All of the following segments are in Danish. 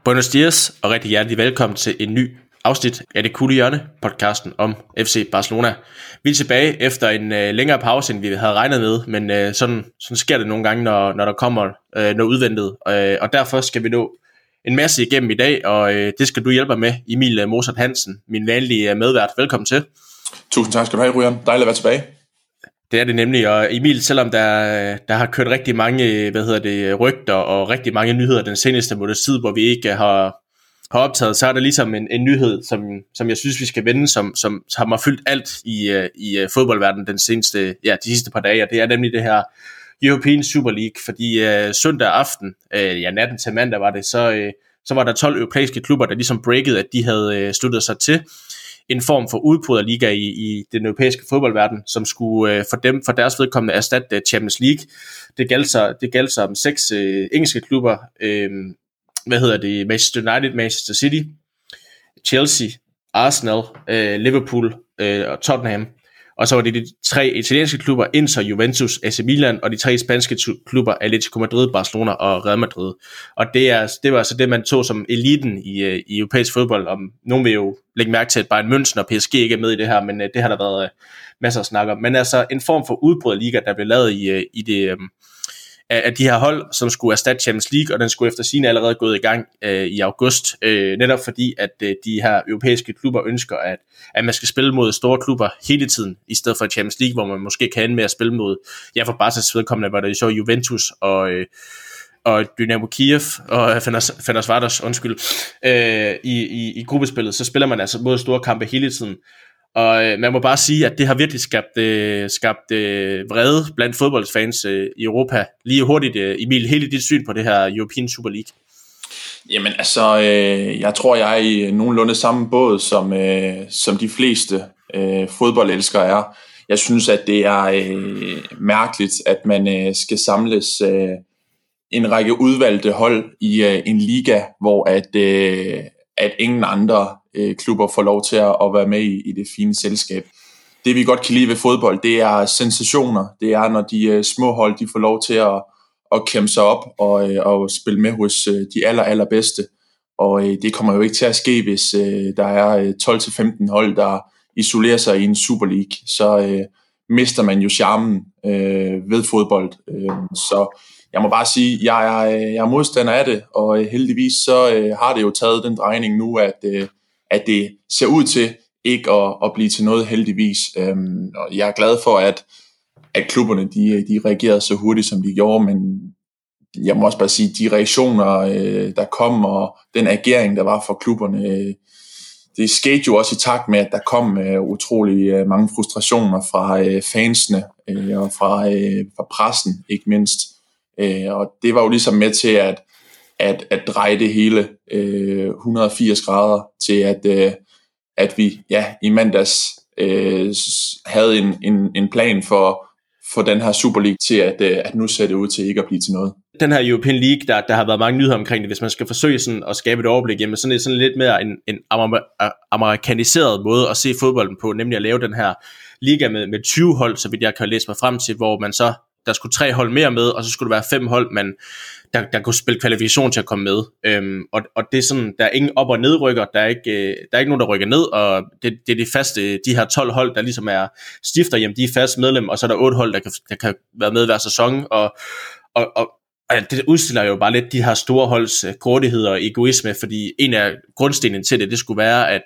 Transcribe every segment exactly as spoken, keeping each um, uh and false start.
Buenos dias og rigtig hjertelig velkommen til en ny afsnit af Det Coole Hjørne, podcasten om F C Barcelona. Vi er tilbage efter en øh, længere pause, end vi havde regnet med, men øh, sådan, sådan sker det nogle gange, når, når der kommer øh, noget udventet, øh, og derfor skal vi nå en masse igennem i dag, og øh, det skal du hjælpe mig med, Emil Mozart Hansen, min vanlige medvært. Velkommen til. Tusind tak skal du have, Ryan. Dejligt at være tilbage. Det er det nemlig, og Emil, selvom der, der har kørt rigtig mange hvad hedder det, rygter og rigtig mange nyheder den seneste måneds tid, hvor vi ikke har, har optaget, så er der ligesom en, en nyhed, som, som jeg synes, vi skal vende, som, som har fyldt alt i, i fodboldverdenen den seneste, ja, de sidste par dage, og det er nemlig det her European Super League, fordi uh, søndag aften, uh, ja natten til mandag var det, så, uh, så var der tolv europæiske klubber, der ligesom breakede, at de havde uh, sluttet sig til en form for udbryderliga i, i den europæiske fodboldverden, som skulle øh, for dem, for deres vedkommende erstatte Champions League. Det galt sig, det galt sig om seks øh, engelske klubber, øh, hvad hedder det, Manchester United, Manchester City, Chelsea, Arsenal, øh, Liverpool øh, og Tottenham. Og så var det de tre italienske klubber, Inter, Juventus, A C Milan, og de tre spanske klubber, Atletico Madrid, Barcelona og Real Madrid. Og det, er, det var altså det, man tog som eliten i, i europæisk fodbold. Om, nogen vil jo lægge mærke til, at Bayern München og P S G ikke er med i det her, men det har der været masser af snak om. Men altså en form for udbryderliga, der blev lavet i, i det, af de her hold, som skulle erstatte Champions League, og den skulle efter sigende allerede gået i gang øh, i august, øh, netop fordi, at øh, de her europæiske klubber ønsker, at, at man skal spille mod store klubber hele tiden, i stedet for Champions League, hvor man måske kan ende med at spille mod, ja for Barca's vedkommende, var det så Juventus og, øh, og Dynamo Kiev, og Fenerbahce, undskyld, øh, i, i, i gruppespillet, så spiller man altså mod store kampe hele tiden. Og øh, man må bare sige, at det har virkelig skabt, øh, skabt øh, vrede blandt fodboldfans øh, i Europa. Lige hurtigt, øh, Emil, hele dit syn på det her European Super League. Jamen altså, øh, jeg tror, jeg er i nogenlunde samme båd, som, øh, som de fleste øh, fodboldelskere er. Jeg synes, at det er øh, mærkeligt, at man øh, skal samles øh, en række udvalgte hold i øh, en liga, hvor at, øh, at ingen andre klubber får lov til at være med i, i det fine selskab. Det vi godt kan lide ved fodbold, det er sensationer. Det er, når de uh, små hold, de får lov til at, at kæmpe sig op og, uh, og spille med hos uh, de aller, allerbedste. Og uh, det kommer jo ikke til at ske, hvis uh, der er uh, tolv til femten hold, der isolerer sig i en Super League. Så uh, mister man jo charmen uh, ved fodbold. Uh, så jeg må bare sige, jeg er, jeg er modstander af det, og uh, heldigvis så uh, har det jo taget den drejning nu, at uh, at det ser ud til ikke at, at blive til noget heldigvis. Øhm, og jeg er glad for, at, at klubberne de, de reagerede så hurtigt, som de gjorde, men jeg må også bare sige, de reaktioner, øh, der kom, og den agering, der var for klubberne, øh, det skete jo også i takt med, at der kom øh, utrolig øh, mange frustrationer fra øh, fansene øh, og fra, øh, fra pressen, ikke mindst. Øh, og det var jo ligesom med til at At, at dreje det hele øh, et hundrede og firs grader til, at, øh, at vi ja, i mandags øh, havde en, en, en plan for, for den her Super League til, at, øh, at nu ser det ud til ikke at blive til noget. Den her European League, der, der har været mange nyheder omkring det, hvis man skal forsøge sådan at skabe et overblik, jamen sådan, sådan lidt mere en, en amer- amerikaniseret måde at se fodbolden på, nemlig at lave den her liga med, med tyve hold, så vidt jeg kan læse mig frem til, hvor man så der skulle tre hold mere med, og så skulle der være fem hold, man, der, der kunne spille kvalifikation til at komme med. Øhm, og, og det er sådan, der er ingen op- og nedrykker, der er ikke, øh, der er ikke nogen, der rykker ned, og det, det er de faste, de her tolv hold, der ligesom er stifter, jamen de er fast medlem, og så er der otte hold, der kan, der kan være med hver sæson, og, og, og det udstiller jo bare lidt de her store holds grådighed og egoisme, fordi en af grundstenene til det, det skulle være, at,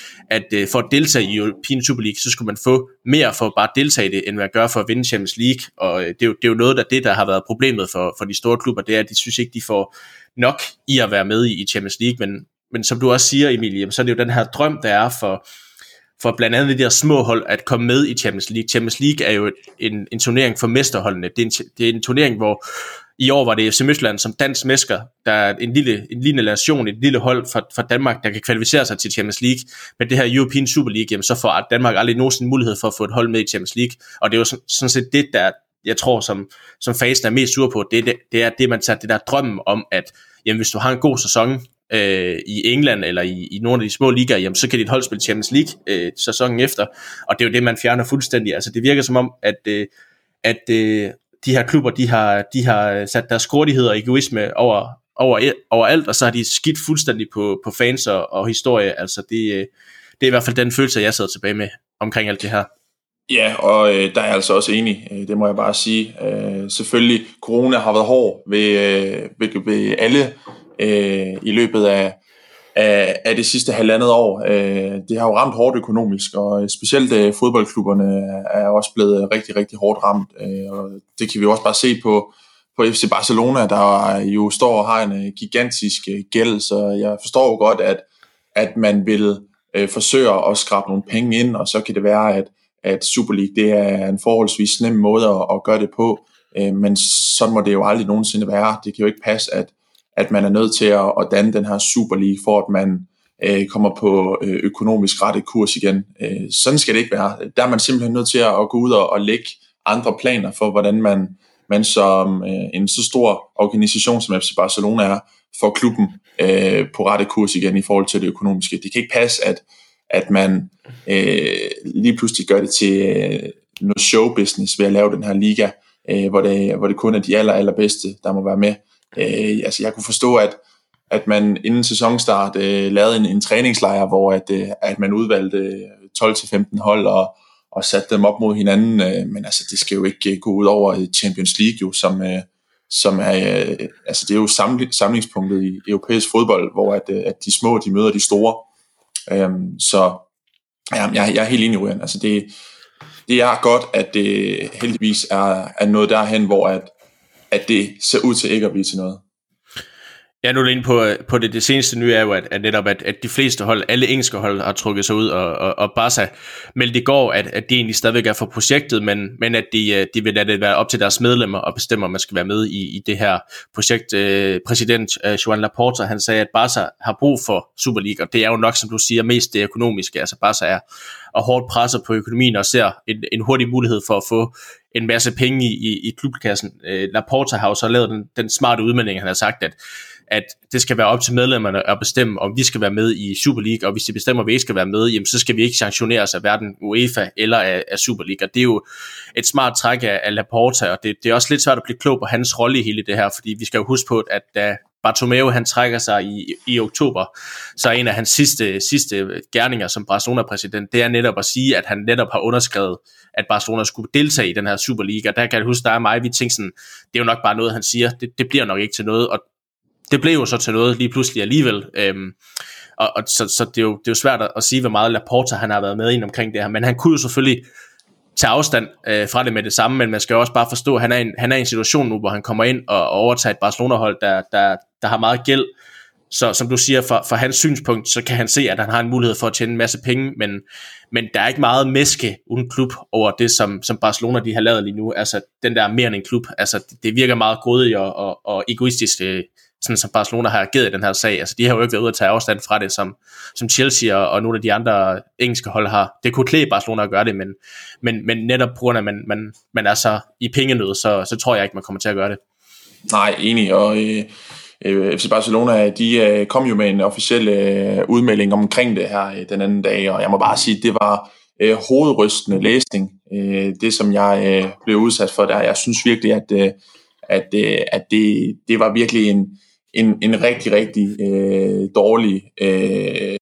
at for at deltage i European Super League, så skulle man få mere for at bare deltage i det, end man gør for at vinde Champions League, og det er jo, det er jo noget af det, der har været problemet for, for de store klubber, det er, at de synes ikke, de får nok i at være med i Champions League, men, men som du også siger, Emilie, så er det jo den her drøm, der er for for blandt andet de der små hold at komme med i Champions League. Champions League er jo en, en turnering for mesterholdene. Det er, en, det er en turnering, hvor i år var det F C Midtjylland som dansk mesker, der er en lille, en lille nation, et lille hold fra, fra Danmark, der kan kvalificere sig til Champions League. Men det her European Super League, jamen, så får Danmark aldrig nogensinde mulighed for at få et hold med i Champions League. Og det er jo sådan, sådan set det, der jeg tror, som, som fasen er mest sur på, det er det, det er det, man tager det der drømmen om, at jamen, hvis du har en god sæson øh, i England eller i, i nogle af de små ligaer, jamen, så kan dit hold spille Champions League øh, sæsonen efter, og det er jo det, man fjerner fuldstændig. Altså det virker som om, at, øh, at øh, de her klubber, de har, de har sat deres grådighed og egoisme over, over, overalt, og så har de skidt fuldstændig på, på fans og, og historie. Altså det, det er i hvert fald den følelse, jeg sidder tilbage med omkring alt det her. Ja, og øh, der er jeg altså også enig, øh, det må jeg bare sige. Øh, selvfølgelig, corona har været hård ved, øh, ved, ved alle øh, i løbet af, af, af det sidste halvandet år. Øh, det har jo ramt hårdt økonomisk, og specielt øh, fodboldklubberne er også blevet rigtig, rigtig hårdt ramt. Øh, og det kan vi også bare se på, på F C Barcelona, der jo står og har en gigantisk gæld, så jeg forstår jo godt, at, at man vil øh, forsøge at skrabe nogle penge ind, og så kan det være, at at Super League, det er en forholdsvis nem måde at, at gøre det på, øh, men sådan må det jo aldrig nogensinde være. Det kan jo ikke passe, at, at man er nødt til at, at danne den her Super League, for at man øh, kommer på øh, økonomisk rette kurs igen. Øh, sådan skal det ikke være. Der er man simpelthen nødt til at, at gå ud og, og lægge andre planer for, hvordan man, man som øh, en så stor organisation som F C Barcelona er, får klubben øh, på rette kurs igen i forhold til det økonomiske. Det kan ikke passe, at at man øh, lige pludselig gør det til øh, noget showbusiness ved at lave den her liga, øh, hvor, det, hvor det kun er de aller, allerbedste, der må være med. Øh, altså jeg kunne forstå, at, at man inden sæsonstart øh, lavede en, en træningslejr, hvor at, øh, at man udvalgte tolv til femten hold og, og satte dem op mod hinanden, øh, men altså det skal jo ikke gå ud over Champions League, jo, som, øh, som er, øh, altså det er jo samling, samlingspunktet i europæisk fodbold, hvor at, øh, at de små, de møder de store. Øhm, så ja, jeg, jeg er helt enig i Ryan. Altså det, det er godt, at det heldigvis er, er noget derhen, hvor at, at det ser ud til ikke at blive til noget. Ja, nu er det inde på, på det, det seneste nye er jo, at, at netop at, at de fleste hold, alle engelske hold har trukket sig ud, og, og, og Barca meldte i går, at, at de egentlig stadigvæk er for projektet, men, men at de, de vil lade det være op til deres medlemmer og bestemme, om man skal være med i, i det her projekt. Øh, præsident øh, Joan Laporta, han sagde, at Barca har brug for Super League, og det er jo nok, som du siger, mest det økonomiske. Altså Barca er og hårdt presset på økonomien og ser en, en hurtig mulighed for at få en masse penge i, i, i klubkassen. Øh, Laporta har jo så lavet den, den smarte udmelding, han har sagt, at at det skal være op til medlemmerne at bestemme, om vi skal være med i Super League, og hvis de bestemmer, at vi ikke skal være med, jamen, så skal vi ikke sanktioneres af hverken UEFA eller af, af Super League, og det er jo et smart træk af, af Laporta, og det, det er også lidt svært at blive klog på hans rolle i hele det her, fordi vi skal jo huske på, at da Bartomeu han trækker sig i, i oktober, så er en af hans sidste, sidste gerninger som Barcelona-præsident, det er netop at sige, at han netop har underskrevet, at Barcelona skulle deltage i den her Super League, og der kan jeg huske, der er mig, vi tænker sådan, det er jo nok bare noget, han siger, det, det bliver nok ikke til noget, og det blev jo så til noget lige pludselig alligevel, øhm, og, og så, så det, er jo, det er jo svært at sige, hvor meget Laporta han har været med ind omkring det her, men han kunne jo selvfølgelig tage afstand øh, fra det med det samme, men man skal jo også bare forstå, at han er, en, han er i en situation nu, hvor han kommer ind og, og overtager et Barcelona-hold, der, der, der har meget gæld, så som du siger, for, for hans synspunkt, så kan han se, at han har en mulighed for at tjene en masse penge, men, men der er ikke meget mæske uden klub over det, som, som Barcelona de har lavet lige nu, altså den der mere end en klub, altså det virker meget grådigt og, og, og egoistisk, øh, sådan som Barcelona har ageret i den her sag. Altså de har jo ikke været ude at tage afstand fra det, som, som Chelsea og, og nogle af de andre engelske hold har. Det kunne klæde Barcelona at gøre det, men, men, men netop på grund af, at man, man, man er så i pengenød, så, så tror jeg ikke, man kommer til at gøre det. Nej, enig, og øh, F C Barcelona, de øh, kom jo med en officiel øh, udmelding omkring det her øh, den anden dag, og jeg må bare sige, det var øh, hovedrystende læsning, øh, det som jeg øh, blev udsat for der. Jeg synes virkelig, at, øh, at, øh, at det, det var virkelig en En, en rigtig, rigtig øh, dårlig øh,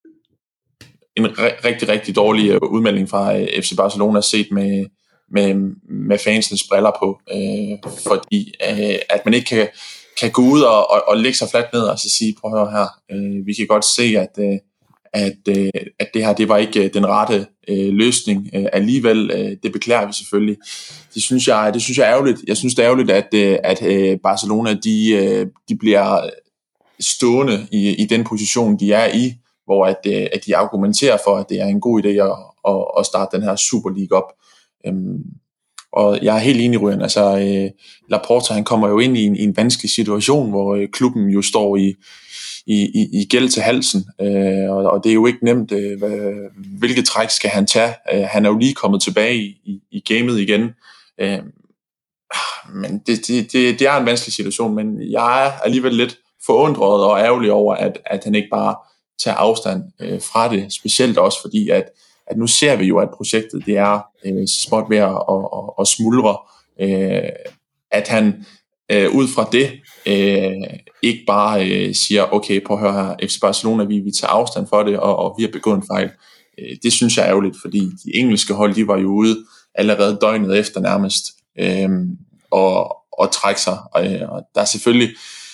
en re- rigtig, rigtig dårlig øh, udmelding fra øh, F C Barcelona set med, med, med fansens briller på, øh, fordi øh, at man ikke kan, kan gå ud og, og, og lægge sig fladt ned og så sige, prøv at høre her, øh, vi kan godt se, at, øh, at, øh, at det her, det var ikke øh, den rette øh, løsning øh, alligevel, øh, det beklager vi selvfølgelig. Det synes jeg, det synes jeg er ærgerligt. Jeg synes det er ærgerligt, at, øh, at øh, Barcelona, de, øh, de bliver stående i, i den position, de er i, hvor at, at de argumenterer for, at det er en god idé at, at, at starte den her Super League op. Øhm, og jeg er helt enig, Ryan. Altså, øh, Laporta, han kommer jo ind i en, i en vanskelig situation, hvor øh, klubben jo står i, i, i, i gæld til halsen, øh, og, og det er jo ikke nemt, øh, hvilket træk skal han tage. Øh, han er jo lige kommet tilbage i, i, i gamet igen. Øh, men det, det, det, det er en vanskelig situation, men jeg er alligevel lidt forundret og ærgerlig over, at, at han ikke bare tager afstand øh, fra det, specielt også fordi, at, at nu ser vi jo, at projektet det er øh, så småt ved at, at, at, at smuldre, øh, at han øh, ud fra det øh, ikke bare øh, siger, okay, prøv at høre her, F C Barcelona, vi, vi tager afstand for det, og, og vi har begået en fejl. Øh, det synes jeg er ærgerligt, fordi de engelske hold, de var jo ude allerede døgnet efter nærmest, øh, og, og trække sig. Og, og der er selvfølgelig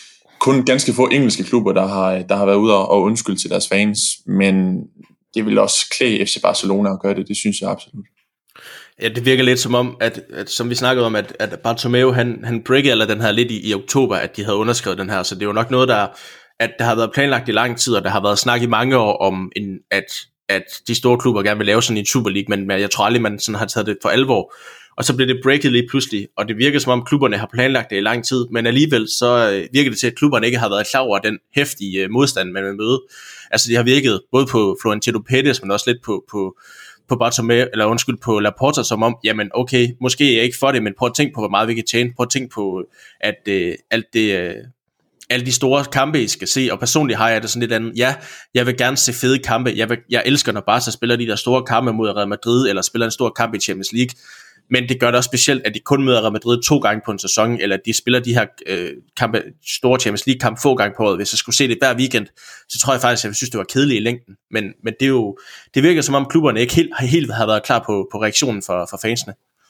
kun ganske få engelske klubber, der har, der har været ude og, og undskylde til deres fans, men det vil også klæde F C Barcelona at gøre det, det synes jeg absolut. Ja, det virker lidt som om, at, at som vi snakkede om, at, at Bartomeu, han, han breakede eller den her lidt i, i oktober, at de havde underskrevet den her, så det er jo nok noget, der, at der har været planlagt i lang tid, og der har været snak i mange år om, en, at, at de store klubber gerne vil lave sådan en Super League, men jeg tror aldrig, man sådan har taget det for alvor. Og så blev det breaket lige pludselig, og det virker som om klubberne har planlagt det i lang tid, men alligevel så øh, virker det til, at klubberne ikke har været klar over den heftige øh, modstand, man vil møde. Altså det har virket både på Florentino Pérez, men også lidt på, på, på Bartomeu, eller undskyld, på Laporta, som om, jamen okay, måske er jeg ikke for det, men prøv at tænke på, hvor meget vi kan tjene. Prøv at tænke på, at øh, alt det... Øh, alle de store kampe, I skal se, og personligt har jeg det sådan lidt andet. Ja, jeg vil gerne se fede kampe. Jeg, vil, jeg elsker, når Barca spiller de der store kampe mod Real Madrid, eller spiller en stor kamp i Champions League. Men det gør det også specielt, at de kun møder Real Madrid to gange på en sæson, eller de spiller de her øh, kampe, store Champions League kampe få gange på året. Hvis jeg skulle se det hver weekend, så tror jeg faktisk, at jeg synes, det var kedeligt i længden. Men, men det er jo, det virker som om klubberne ikke helt, helt har været klar på, på reaktionen for, for fansene.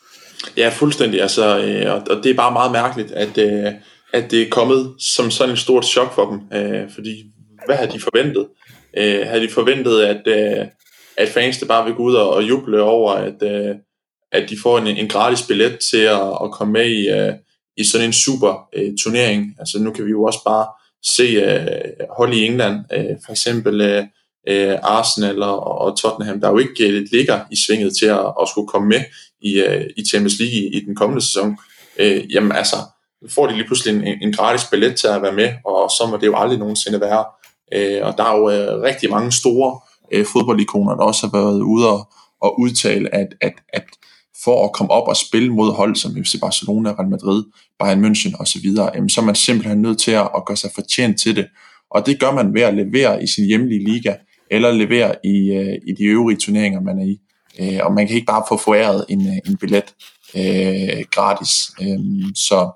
Ja, fuldstændig. Altså, øh, og det er bare meget mærkeligt, at, øh, at det er kommet som sådan et stort chok for dem. Øh, fordi, hvad havde de forventet? Øh, havde de forventet, at, øh, at fansene bare vil gå ud og, og juble over, at øh, at de får en, en gratis billet til at, at komme med i, uh, i sådan en super uh, turnering. Altså nu kan vi jo også bare se uh, hold i England, uh, for eksempel uh, uh, Arsenal og, og Tottenham, der jo ikke uh, ligger i svinget til at, at skulle komme med i, uh, i Champions League i, i den kommende sæson. Uh, jamen altså, får de lige pludselig en, en gratis billet til at være med, og så må det jo aldrig nogensinde være. Uh, og der er jo uh, rigtig mange store uh, fodboldikoner, der også har været ude og, og udtale, at, at, at for at komme op og spille mod hold som F C Barcelona, Real Madrid, Bayern München osv., så er man simpelthen nødt til at gøre sig fortjent til det. Og det gør man ved at levere i sin hjemlige liga, eller levere i, i de øvrige turneringer, man er i. Og man kan ikke bare få foræret en, en billet øh, gratis. Så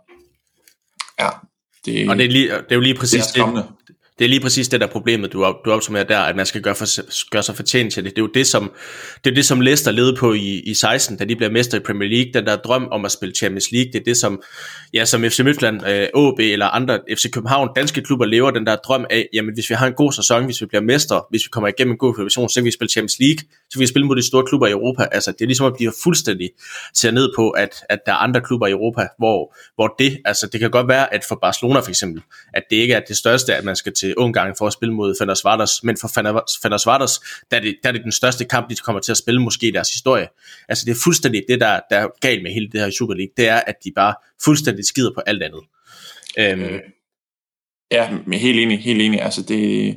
ja, det, og det er, lige, det er jo lige præcis det. Er Det er lige præcis det der problemet, du, du opsummerer der, at man skal gøre, for, gøre sig fortjent til det. Det er jo det, som, det er det, som Leicester levede på i, i seksten, da de blev mester i Premier League. Den der drøm om at spille Champions League, det er det, som, ja, som F C Midtjylland, øh, O B eller andre F C København, danske klubber lever den der drøm af, jamen hvis vi har en god sæson, hvis vi bliver mester, hvis vi kommer igennem en god kvalifikation, så kan vi spille Champions League, så kan vi spille mod de store klubber i Europa. Altså det er ligesom, at de fuldstændig ser ned på, at, at der er andre klubber i Europa, hvor, hvor det, altså det kan godt være, at for Barcelona for eksempel, at det ikke er det største, at man skal til Ungarn for at spille mod Fenerbahce, men for Fenerbahce, der er det, der er det den største kamp, de kommer til at spille måske i deres historie. Altså det er fuldstændig det, der, der er galt med hele det her i Super League, det er, at de bare fuldstændig skider på alt andet. Øhm. Ja, men helt enig, helt enig. Altså det,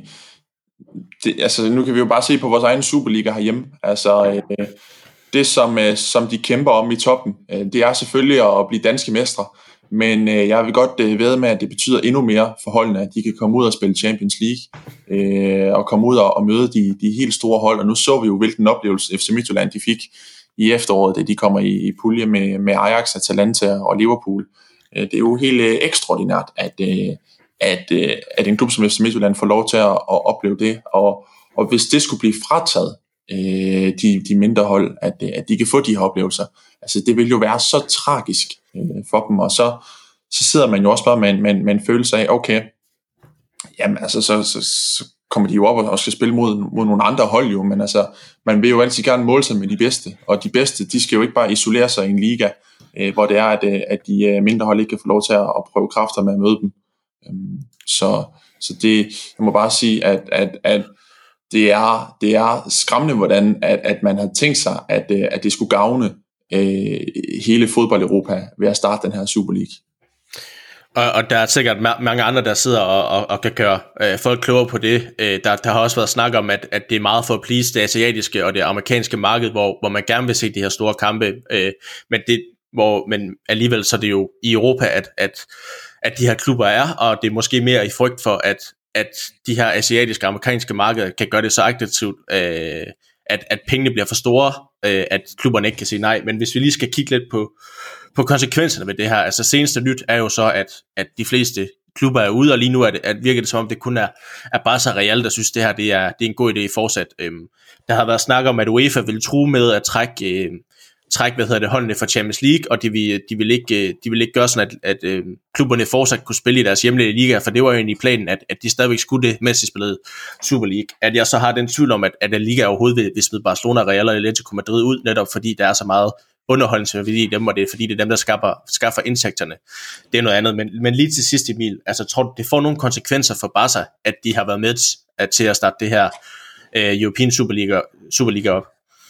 det, altså nu kan vi jo bare se på vores egen Superliga herhjemme. Altså øh, det, som, øh, som de kæmper om i toppen, øh, det er selvfølgelig at blive danske mestre. Men øh, jeg vil godt øh, vædde med, at det betyder endnu mere for holdene, at de kan komme ud og spille Champions League, øh, og komme ud og, og møde de, de helt store hold. Og nu så vi jo, hvilken oplevelse F C Midtjylland de fik i efteråret, da de kommer i, i pulje med, med Ajax, Atalanta og Liverpool. Øh, det er jo helt øh, ekstraordinært, at, øh, at, øh, at en klub som F C Midtjylland får lov til at, at opleve det. Og, og hvis det skulle blive frataget, øh, de, de mindre hold, at, at de kan få de her oplevelser, altså det vil jo være så tragisk øh, for dem, og så, så sidder man jo også bare med en, med, en, med en følelse af, okay, jamen altså så, så, så kommer de jo op og skal spille mod, mod nogle andre hold jo, men altså man vil jo altid gerne måle sig med de bedste, og de bedste, de skal jo ikke bare isolere sig i en liga, øh, hvor det er, at, at de mindre hold ikke kan få lov til at, at prøve kræfter med at møde dem. Um, så, så det, jeg må bare sige, at, at, at det er, det er skræmmende, hvordan at, at man har tænkt sig, at, at det skulle gavne øh, hele fodbold-Europa ved at starte den her Super League. Og, og der er sikkert ma- mange andre, der sidder og, og, og kan gøre øh, folk klogere på det. Øh, der, der har også været snak om, at, at det er meget for at please det asiatiske og det amerikanske marked, hvor, hvor man gerne vil se de her store kampe. Øh, men, det, hvor, men alligevel så er det jo i Europa, at, at, at de her klubber er, og det er måske mere i frygt for, at, at de her asiatiske og amerikanske markeder kan gøre det så attraktivt, øh, at, at pengene bliver for store, øh, at klubberne ikke kan sige nej. Men hvis vi lige skal kigge lidt på på konsekvenserne ved det her. Altså seneste nyt er jo så, at, at de fleste klubber er ude, og lige nu er det, at virker det som om, det kun er, er Barca og Real, der synes, det her det er, det er en god idé fortsat. Øhm, der har været snak om, at UEFA vil true med at trække, øh, trække hvad hedder det, holdene fra Champions League, og de vil, de vil, ikke, de vil ikke gøre sådan, at, at øh, klubberne fortsat kunne spille i deres hjemlige liga, for det var jo egentlig planen, at, at de stadigvæk skulle det, mens de spillede Super League. At jeg så har den tvivl om, at, at Liga overhovedet vil, vil smide Barcelona, Real og Atletico Madrid ud, netop fordi der er så meget underholdningsværdi i dem, og det er fordi, det er dem, der skaffer, skaffer indtægterne. Det er noget andet, men, men lige til sidst, Emil, altså tror du, det får nogle konsekvenser for Barca, at de har været med at, til at starte det her øh, European Superliga, Superliga op?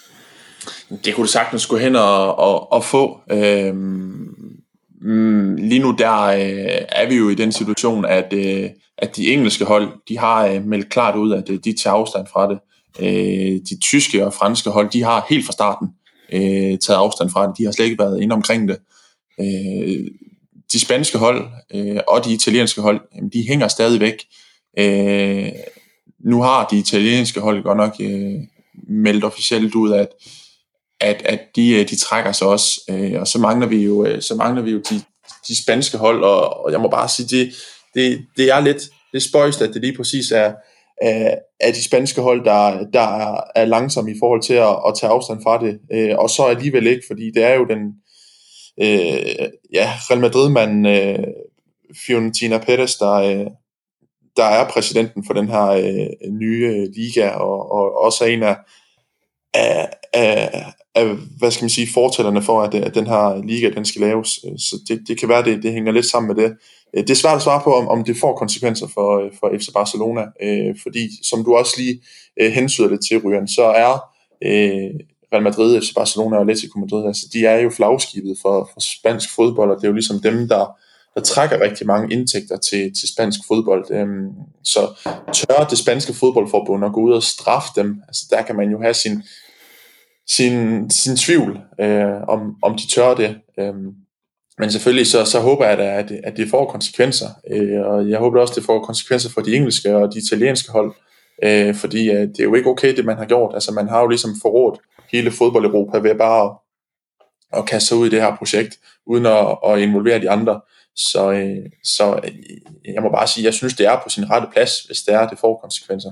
Det kunne det sagtens gå hen og, og, og få. Øhm, mm, lige nu der øh, er vi jo i den situation, at, øh, at de engelske hold, de har øh, meldt klart ud, at øh, de tager afstand fra det. Øh, de tyske og franske hold, de har helt fra starten øh, taget afstand fra det. De har slet ikke været inde omkring det. Øh, de spanske hold øh, og de italienske hold, de hænger stadigvæk. Øh, nu har de italienske hold godt nok øh, meldt officielt ud, at at, at de, de trækker sig også, øh, og så mangler vi jo, så mangler vi jo de, de spanske hold, og, og jeg må bare sige, det, det, det er lidt, det er spøjst, at det lige præcis er, er, er de spanske hold, der, der er, er langsomme i forhold til at, at tage afstand fra det, øh, og så alligevel ikke, fordi det er jo den, øh, ja, Real Madrid-manden, øh, Florentino Pérez, der, øh, der er præsidenten for den her øh, nye liga, og, og også en af, af, af af, hvad skal man sige, fortællerne for, at, at den her liga, den skal laves. Så det, det kan være, det, det hænger lidt sammen med det. Det er svært at svare på, om, om det får konsekvenser for, for F C Barcelona, øh, fordi, som du også lige øh, hensyder lidt til, Ryan, så er øh, Real Madrid, F C Barcelona og Atletico Madrid, altså de er jo flagskibet for, for spansk fodbold, og det er jo ligesom dem, der, der trækker rigtig mange indtægter til, til spansk fodbold. Øhm, så tør det spanske fodboldforbund at gå ud og straffe dem, altså der kan man jo have sin sin, sin tvivl, øh, om, om de tør det. Øh, men selvfølgelig så, så håber jeg da, at, at det får konsekvenser. Øh, og jeg håber også, det får konsekvenser for de engelske og de italienske hold. Øh, fordi øh, det er jo ikke okay, det man har gjort. Altså man har jo ligesom forrådt hele fodbold-Europa ved bare at, at kaste sig ud i det her projekt, uden at, at involvere de andre. Så, øh, så øh, jeg må bare sige, jeg synes, det er på sin rette plads, hvis det er, det får konsekvenser.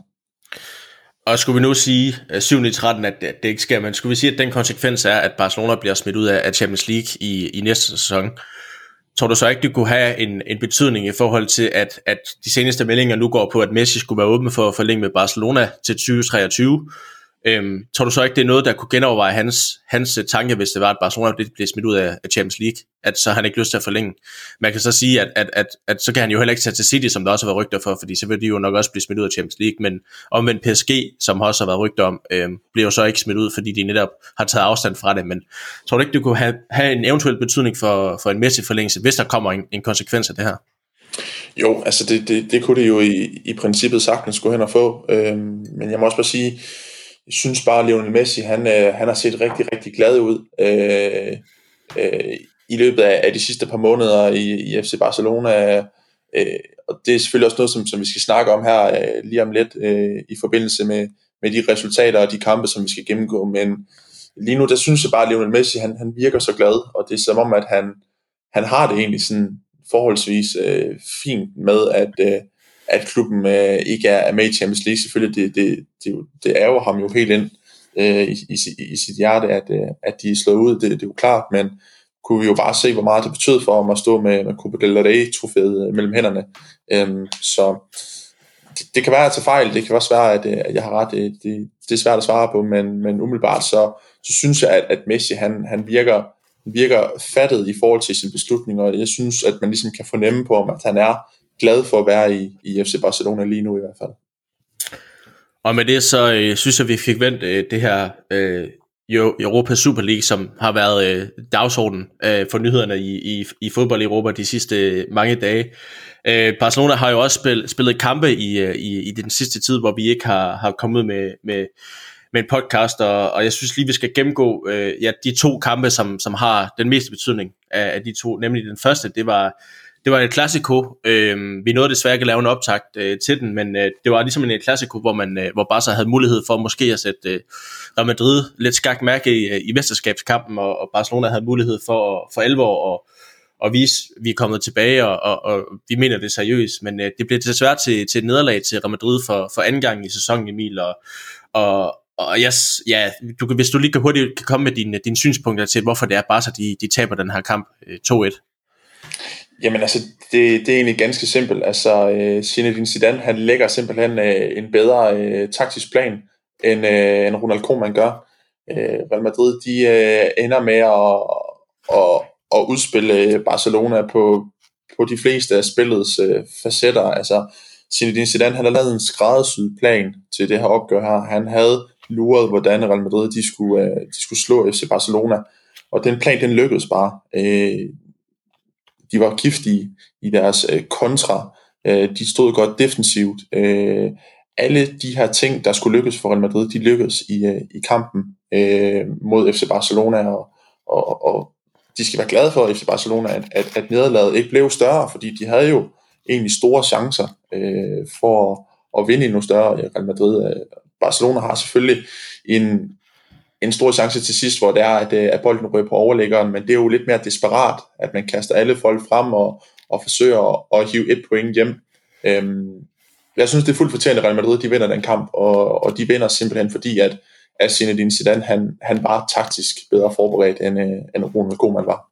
Og skulle vi nu sige syv i tretten, at det ikke sker, men skulle vi sige, at den konsekvens er, at Barcelona bliver smidt ud af Champions League i, i næste sæson, tror du så ikke, det kunne have en, en betydning i forhold til, at, at de seneste meldinger nu går på, at Messi skulle være åben for at forlænge med Barcelona til tyve treogtyve? Øhm, tror du så ikke, det er noget, der kunne genoverveje hans, hans tanke, hvis det var, at Barcelona blev smidt ud af Champions League, at så har han ikke lyst til at forlænge? Man kan så sige, at, at, at, at så kan han jo heller ikke tage til City, som der også har været rygter for, fordi så vil de jo nok også blive smidt ud af Champions League, men omvendt P S G, som også har været rygter om, øhm, bliver jo så ikke smidt ud, fordi de netop har taget afstand fra det. Men tror du ikke, det kunne have, have en eventuel betydning for, for en Messi-forlængelse, hvis der kommer en, en konsekvens af det her? Jo, altså det, det, det kunne det jo i, i princippet sagtens gå hen og få, øhm, men jeg må også bare sige, jeg synes bare, at Lionel Messi, han, øh, han har set rigtig, rigtig glad ud øh, øh, i løbet af, af de sidste par måneder i, i F C Barcelona. Øh, og det er selvfølgelig også noget, som, som vi skal snakke om her øh, lige om lidt, øh, i forbindelse med, med de resultater og de kampe, som vi skal gennemgå. Men lige nu, der synes jeg bare, at Lionel Messi, han, han virker så glad, og det er som om, at han, han har det egentlig sådan forholdsvis øh, fint med, at øh, at klubben øh, ikke er med i Champions League. Selvfølgelig, det, det, det, det ærger ham jo helt ind øh, i, i, i sit hjerte, at, øh, at de er slået ud, det, det er jo klart, men kunne vi jo bare se, hvor meget det betød for ham at stå med, med Copa del Rey-trofæet mellem hænderne. Øhm, så det, det kan være at tage fejl, det kan også være, at, at jeg har ret, det, det, det er svært at svare på, men, men umiddelbart så, så synes jeg, at, at Messi, han, han virker, virker fattet i forhold til sin beslutning, og jeg synes, at man ligesom kan fornemme på ham, at han er glad for at være i, i F C Barcelona lige nu i hvert fald. Og med det så øh, synes jeg, vi fik vendt øh, det her øh, Europa Super League, som har været øh, dagsorden øh, for nyhederne i, i, i fodbold i Europa de sidste øh, mange dage. Øh, Barcelona har jo også spil, spillet kampe i, øh, i, i den sidste tid, hvor vi ikke har, har kommet med, med, med en podcast, og, og jeg synes lige, vi skal gennemgå øh, ja, de to kampe, som, som har den meste betydning af, af de to. Nemlig den første, det var det var et Clasico. Øh, vi nåede desværre ikke at lave en optakt øh, til den, men øh, det var ligesom en Clasico, hvor man øh, hvor Barca havde mulighed for måske at sætte øh, Real Madrid lidt skak mærke i, i mesterskabskampen, og, og Barcelona havde mulighed for, for alvor at og vise, at vi er kommet tilbage, og, og, og vi mener det seriøst, men øh, det blev desværre til, til et nederlag til Real Madrid for, for anden gang i sæsonen, Emil, og, og, og yes, ja, du, hvis du lige kan hurtigt kan komme med dine, dine synspunkter til, hvorfor det er Barca, de, de taber den her kamp øh, to et. Jamen altså, det, det er egentlig ganske simpelt. Altså, øh, Zinedine Zidane, han lægger simpelthen øh, en bedre øh, taktisk plan, end, øh, end Ronald Koeman gør. Øh, Real Madrid, de øh, ender med at, at, at udspille Barcelona på, på de fleste af spillets øh, facetter. Altså, Zinedine Zidane, han har lavet en skræddersyet plan til det her opgør her. Han havde luret, hvordan Real Madrid, de skulle, øh, de skulle slå F C Barcelona, og den plan, den lykkedes bare. Øh, De var giftige i deres øh, kontra. Øh, de stod godt defensivt. Øh, alle de her ting, der skulle lykkes for Real Madrid, de lykkedes i, øh, i kampen øh, mod F C Barcelona. Og, og, og de skal være glade for F C Barcelona, at, at, at nederlaget ikke blev større, fordi de havde jo egentlig store chancer øh, for at, at vinde endnu større i Real Madrid. Barcelona har selvfølgelig en en stor chance til sidst, hvor det er, at, at bolden rører på overliggeren, men det er jo lidt mere desperat, at man kaster alle folk frem og, og forsøger at, at hive et point hjem. Øhm, jeg synes, det er fuldt fortjent, at Real Madrid, de vinder den kamp, og, og de vinder simpelthen fordi, at, at Zinedine Zidane, han, han var taktisk bedre forberedt, end, end Ronald Koeman var.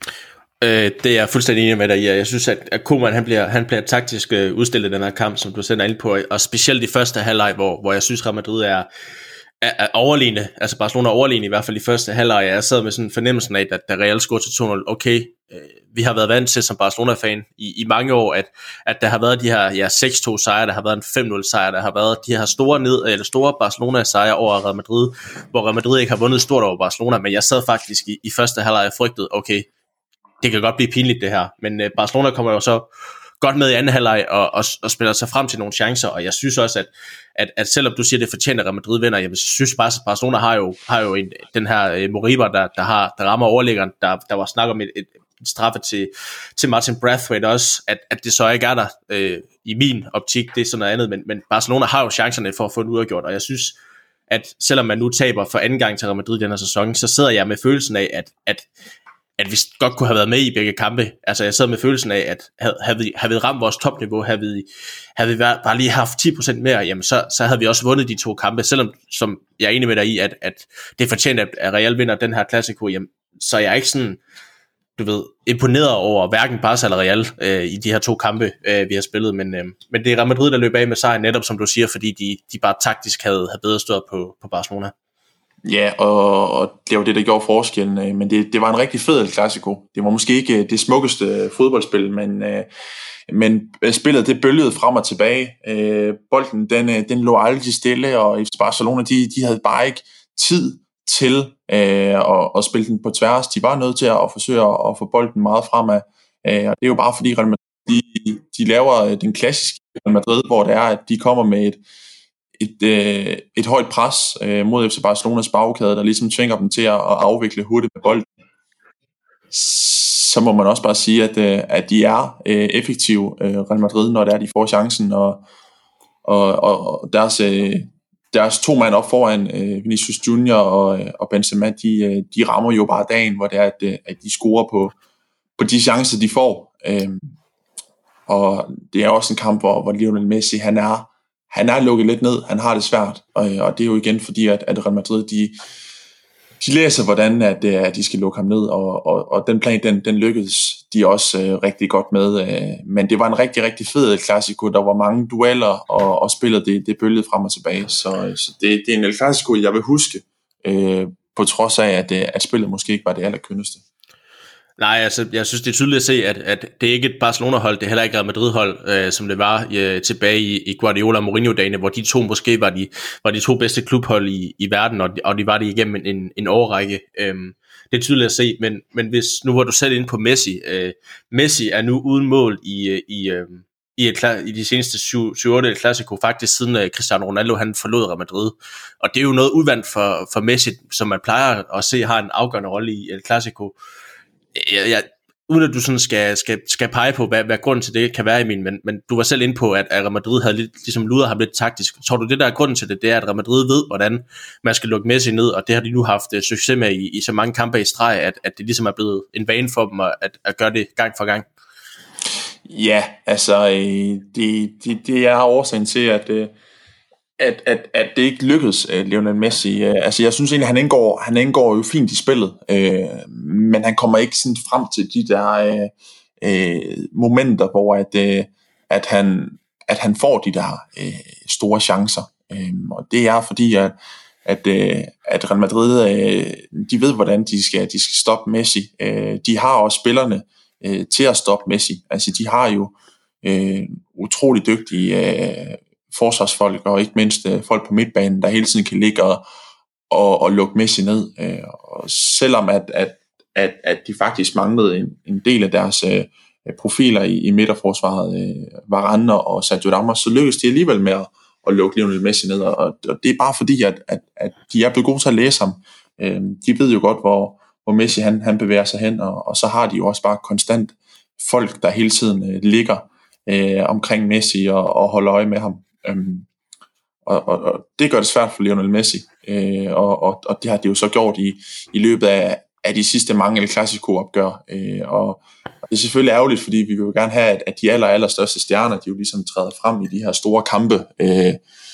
Øh, det er jeg fuldstændig enig med dig i. Jeg synes, at, at Koeman, han bliver, han bliver taktisk øh, udstillet den her kamp, som du sender ind på, og specielt i første halvleg, hvor, hvor jeg synes, Real Madrid er er, er overliggende, altså Barcelona er overliggende i hvert fald i første halvleg. Jeg sad med sådan en fornemmelse af, at da Real scorede til to nul, okay, øh, vi har været vant til som Barcelona-fan i, i mange år, at, at der har været de her ja, seks to sejre, der har været en fem nul sejr, der har været de her store, ned, eller store Barcelona-sejre over Real Madrid, hvor Real Madrid ikke har vundet stort over Barcelona, men jeg sad faktisk i, i første halvleg og frygtede, okay, det kan godt blive pinligt det her, men øh, Barcelona kommer jo så godt med i anden halvleg og, og, og spiller sig frem til nogle chancer, og jeg synes også, at, at, at selvom du siger, det fortjener, at Real Madrid vinder, jeg synes bare, at Barcelona har jo, har jo en, den her uh, Moriba, der, der, har, der rammer overliggeren, der, der var snak om et, et, et straffe til, til Martin Braithwaite også, at, at det så ikke er der øh, i min optik, det er sådan noget andet, men, men Barcelona har jo chancerne for at få det udgjort, og jeg synes, at selvom man nu taber for anden gang til Real Madrid i den her sæson, så sidder jeg med følelsen af, at, at at vi godt kunne have været med i begge kampe. Altså jeg sad med følelsen af, at havde vi, havde vi ramt vores topniveau, havde vi, havde vi bare lige haft ti procent mere, jamen så, så havde vi også vundet de to kampe, selvom som jeg er enig med dig i, at, at det er fortjent, at Real vinder den her Clasico, jamen, så er jeg ikke sådan, du ved, imponeret over hverken Barca eller Real øh, i de her to kampe, øh, vi har spillet, men, øh, men det er Real Madrid, der løb af med sejren, netop som du siger, fordi de, de bare taktisk havde, havde bedre stået på, på Barcelona. Ja, og, og det var det, der gjorde forskellen, men det, det var en rigtig fed El Clasico. Det var måske ikke det smukkeste fodboldspil, men, men spillet det bølgede frem og tilbage. Bolden, den, den lå aldrig stille, og F C Barcelona, de, de havde bare ikke tid til at, at spille den på tværs. De var nødt til at forsøge at få bolden meget fremad, og det er jo bare fordi Real Madrid, de, de laver den klassiske Real Madrid, hvor det er, at de kommer med et Et, øh, et højt pres øh, mod F C Barcelonas bagkæde, der ligesom tvinger dem til at, at afvikle hurtigt med bolden. Så må man også bare sige, at, øh, at de er øh, effektive, øh, Real Madrid, når det er, de får chancen, og, og, og deres, øh, deres to mand op foran, øh, Vinicius Junior og, og Benzema, de, de rammer jo bare dagen, hvor det er, at, at de scorer på, på de chancer, de får. Øh, og det er også en kamp, hvor, hvor Lionel Messi, han er Han er lukket lidt ned, han har det svært, og, og det er jo igen fordi, at, at Real Madrid, de, de læser, hvordan at, at de skal lukke ham ned, og, og, og den plan, den, den lykkedes de også øh, rigtig godt med, øh, men det var en rigtig, rigtig fed El Clasico, der var mange dueller, og, og spillet det, det bølgede frem og tilbage, så, så det, det er en El Clasico, jeg vil huske, øh, på trods af, at, at spillet måske ikke var det allerkønneste. Nej, altså, jeg synes, det er tydeligt at se, at, at det er ikke et Barcelona-hold, det er heller ikke et Real Madrid-hold, øh, som det var øh, tilbage i, i Guardiola og Mourinho-dagene, hvor de to måske var de, var de to bedste klubhold i, i verden, og de, og de var det igennem en, en, en årrække. Øhm, det er tydeligt at se, men, men hvis nu var du selv inde på Messi, øh, Messi er nu uden mål i, i, øh, i, et, i de seneste syv otte Clasico, faktisk siden øh, Cristiano Ronaldo han forlod Real Madrid, og det er jo noget uvandt for, for Messi, som man plejer at se har en afgørende rolle i El Clasico. Jeg, jeg, uden at du sådan skal, skal, skal pege på, hvad, hvad grunden til det kan være, Emil, men, men du var selv inde på, at, at Real Madrid havde lidt, ligesom luder ham lidt taktisk. Tror du, det der er grunden til det, det er, at Real Madrid ved, hvordan man skal lukke Messi ned, og det har de nu haft uh, succes med i, i så mange kampe i streg, at, at det ligesom er blevet en vane for dem at, at gøre det gang for gang? Ja, altså, det, det, det er årsagen til, at, at, at, at det ikke lykkedes, Lionel Messi. Altså, jeg synes egentlig, han indgår, han indgår jo fint i spillet, men han kommer ikke sådan frem til de der øh, momenter, hvor at, at, han, at han får de der øh, store chancer. Og det er fordi, at, at, at Real Madrid, de ved, hvordan de skal, de skal stoppe Messi. De har også spillerne til at stoppe Messi. Altså, de har jo øh, utrolig dygtige øh, forsvarsfolk, og ikke mindst øh, folk på midtbanen, der hele tiden kan ligge og, og, og lukke Messi ned. Øh, og selvom at, at, at, at de faktisk manglede en, en del af deres øh, profiler i, i midterforsvaret, øh, Varane og Sergio Ramos, så lykkedes de alligevel med at, at lukke Lionel Messi ned. Og, og det er bare fordi, at, at, at de er blevet gode til at læse ham. Øh, de ved jo godt, hvor hvor Messi han, han bevæger sig hen, og, og så har de jo også bare konstant folk, der hele tiden øh, ligger øh, omkring Messi og, og holder øje med ham. Øhm, og, og, og det gør det svært for Lionel Messi, øh, og, og, og det har de jo så gjort i, i løbet af, af de sidste mange El Clasico-opgør. Øh, og, og det er selvfølgelig ærgerligt, fordi vi vil jo gerne have, at, at de aller, aller største stjerner, de jo ligesom træder frem i de her store kampe, øh,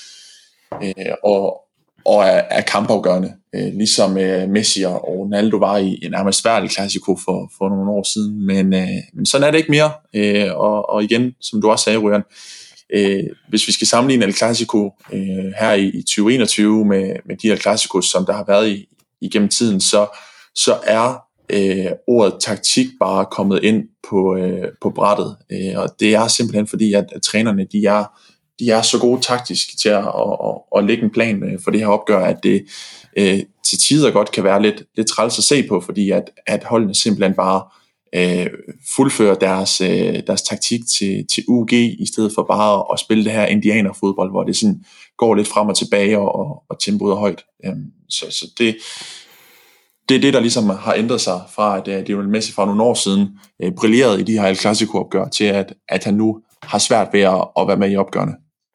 øh, og og er, er kampafgørende, øh, ligesom øh, Messi og Ronaldo var i en nærmest svær El Clasico for, for nogle år siden, men, øh, men sådan er det ikke mere, øh, og, og igen, som du også sagde, Ryan, øh, hvis vi skal sammenligne El Clasico øh, her i, i tyve enogtyve med, med de El Clasicos, som der har været i, igennem tiden, så, så er øh, ordet taktik bare kommet ind på, øh, på brættet, øh, og det er simpelthen fordi, at, at trænerne, de er de er så gode taktisk til at, at, at, at lægge en plan for det her opgør, at det øh, til tider godt kan være lidt, lidt træls at se på, fordi at, at holdene simpelthen bare øh, fuldfører deres, øh, deres taktik til, til U G, i stedet for bare at spille det her indianerfodbold, hvor det sådan går lidt frem og tilbage, og, og, og tempoet er højt. Um, så så det, det er det, der ligesom har ændret sig fra, at uh, Lionel Messi fra nogle år siden uh, brillerede i de her El Clasico-opgør, til at, at han nu har svært ved at, at være med i opgørene.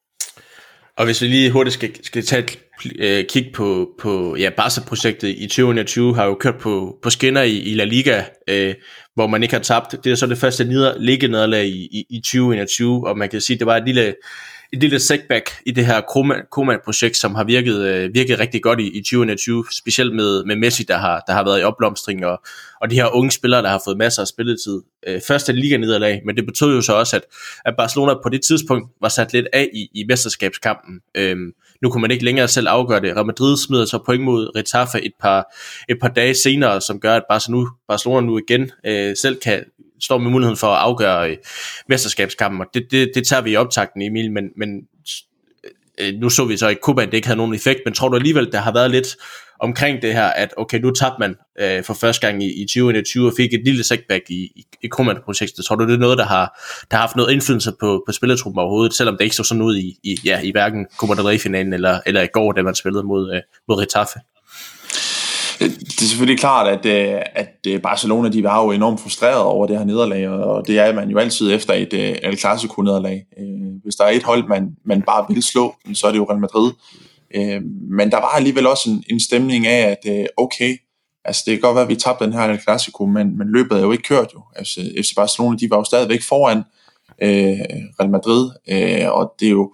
Og hvis vi lige hurtigt skal, skal tage et øh, kig på, på ja, Barca-projektet i tyve enogtyve, har jo kørt på, på skinner i, i La Liga, øh, hvor man ikke har tabt. Det er så det første liga-nederlag i, i, i tyve enogtyve, og man kan sige, at det var et lille, et lille setback i det her Koeman-projekt, som har virket, øh, virket rigtig godt i, i tyve enogtyve, specielt med, med Messi, der har, der har været i opblomstring, og, og de her unge spillere, der har fået masser af spilletid. Øh, første liga-nederlag, men det betød jo så også, at, at Barcelona på det tidspunkt var sat lidt af i, i mesterskabskampen. Øh, nu kunne man ikke længere selv afgøre det. Real Madrid smider så point mod Getafe et par, et par dage senere, som gør, at Barcelona nu, Barcelona nu igen øh, selv kan står med muligheden for at afgøre øh, mesterskabskampen, og det, det, det tager vi i optakten, Emil, men, men øh, nu så vi så i Koeman, det ikke havde nogen effekt, men tror du alligevel, der har været lidt omkring det her, at okay, nu tabte man øh, for første gang i, i tyve enogtyve og fik et lille setback i, i, i Koeman-projektet. Tror du, det er noget, der har, der har haft noget indflydelse på, på spillertruppen overhovedet, selvom det ikke så sådan ud i, i, ja, i hverken Copa del Rey-finalen eller, eller i går, da man spillede mod, øh, mod Getafe? Det er selvfølgelig klart, at, at Barcelona, de var jo enormt frustreret over det her nederlag, og det er man jo altid efter et El Clasico-nederlag. Hvis der er et hold, man, man bare vil slå, så er det jo Real Madrid. Men der var alligevel også en, en stemning af, at okay, altså det kan godt være, at vi tabte den her El Clasico, men, men løbet er jo ikke kørt jo. Altså F C Barcelona, de var jo stadigvæk foran øh, Real Madrid, øh, og det er jo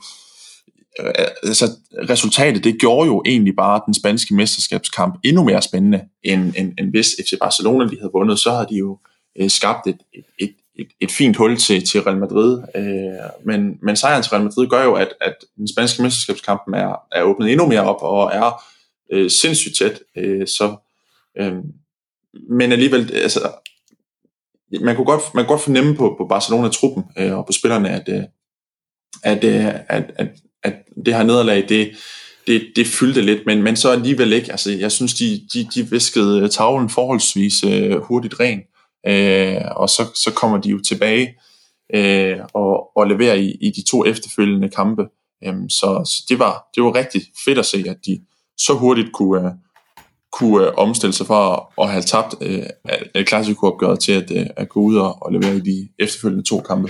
altså resultatet, det gjorde jo egentlig bare den spanske mesterskabskamp endnu mere spændende, end, end, end hvis F C Barcelona de havde vundet, så havde de jo øh, skabt et, et, et, et fint hul til, til Real Madrid. Øh, men, men sejren til Real Madrid gør jo, at, at den spanske mesterskabskampen er, er åbnet endnu mere op, og er øh, sindssygt tæt. Øh, så, øh, men alligevel, altså, man kunne godt, man kunne godt fornemme på, på Barcelona-truppen øh, og på spillerne, at, øh, at, øh, at, at at det her nederlag, det, det, det fyldte lidt, men, men så alligevel ikke. Altså, jeg synes, de, de, de viskede tavlen forholdsvis øh, hurtigt ren, øh, og så, så kommer de jo tilbage øh, og, og leverer i, i de to efterfølgende kampe. Øh, så så det, var, det var rigtig fedt at se, at de så hurtigt kunne, øh, kunne øh, omstille sig fra at have tabt øh, et Clasico-opgøret til at, øh, at gå ud og, og levere i de efterfølgende to kampe.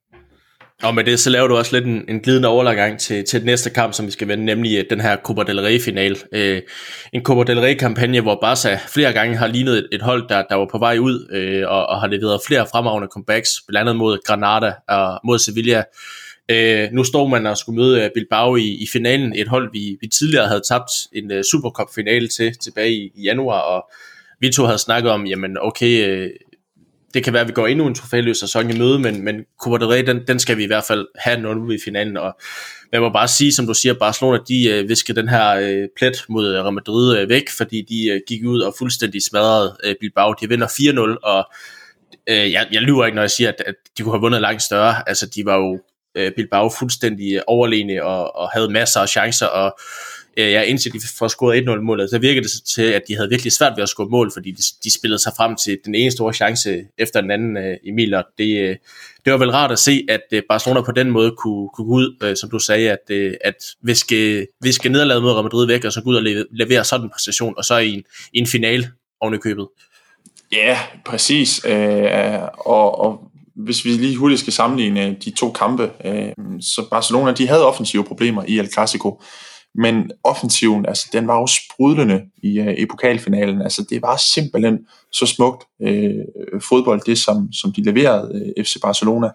Og med det, så laver du også lidt en, en glidende overgang til, til den næste kamp, som vi skal vende, nemlig den her Copa del Rey-final. Øh, en Copa del Rey-kampagne, hvor Barca flere gange har lignet et, et hold, der, der var på vej ud, øh, og, og har leveret flere fremragende comebacks, blandt andet mod Granada og mod Sevilla. Øh, nu står man og skulle møde Bilbao i, i finalen, et hold, vi, vi tidligere havde tabt en uh, Supercup-finale til tilbage i, i januar, og vi to havde snakket om, jamen okay, øh, det kan være, at vi går endnu en trofæløs sæson i møde, men, men Copa del Rey, den, den skal vi i hvert fald have nu i finalen, og jeg må bare sige, som du siger, Barcelona, de øh, viskede den her øh, plet mod Real Madrid øh, væk, fordi de øh, gik ud og fuldstændig smadrede øh, Bilbao. De vinder fire nul, og øh, jeg, jeg lyver ikke, når jeg siger, at, at de kunne have vundet langt større. Altså, de var jo øh, Bilbao fuldstændig overlegne og, og havde masser af chancer, og øh, ja, indtil de får scoret et nul målet, så virkede det til, at de havde virkelig svært ved at score mål, fordi de, de spillede sig frem til den ene store chance efter den anden, øh, Emil, og det, øh, det var vel rart at se, at øh, Barcelona på den måde kunne, kunne gå ud, øh, som du sagde, at, øh, at viske, viske nederlaget mod Real Madrid væk, og så gå ud og levere, levere sådan en præstation, og så i en, i en finale oven i købet. Ja, præcis, øh, og, og hvis vi lige hurtigt skal sammenligne de to kampe, øh, så Barcelona, de havde offensive problemer i El Clasico, men offensiven, altså den var jo sprudlende i, uh, i pokalfinalen. Altså det var simpelthen så smukt øh, fodbold, det som, som de leverede øh, F C Barcelona.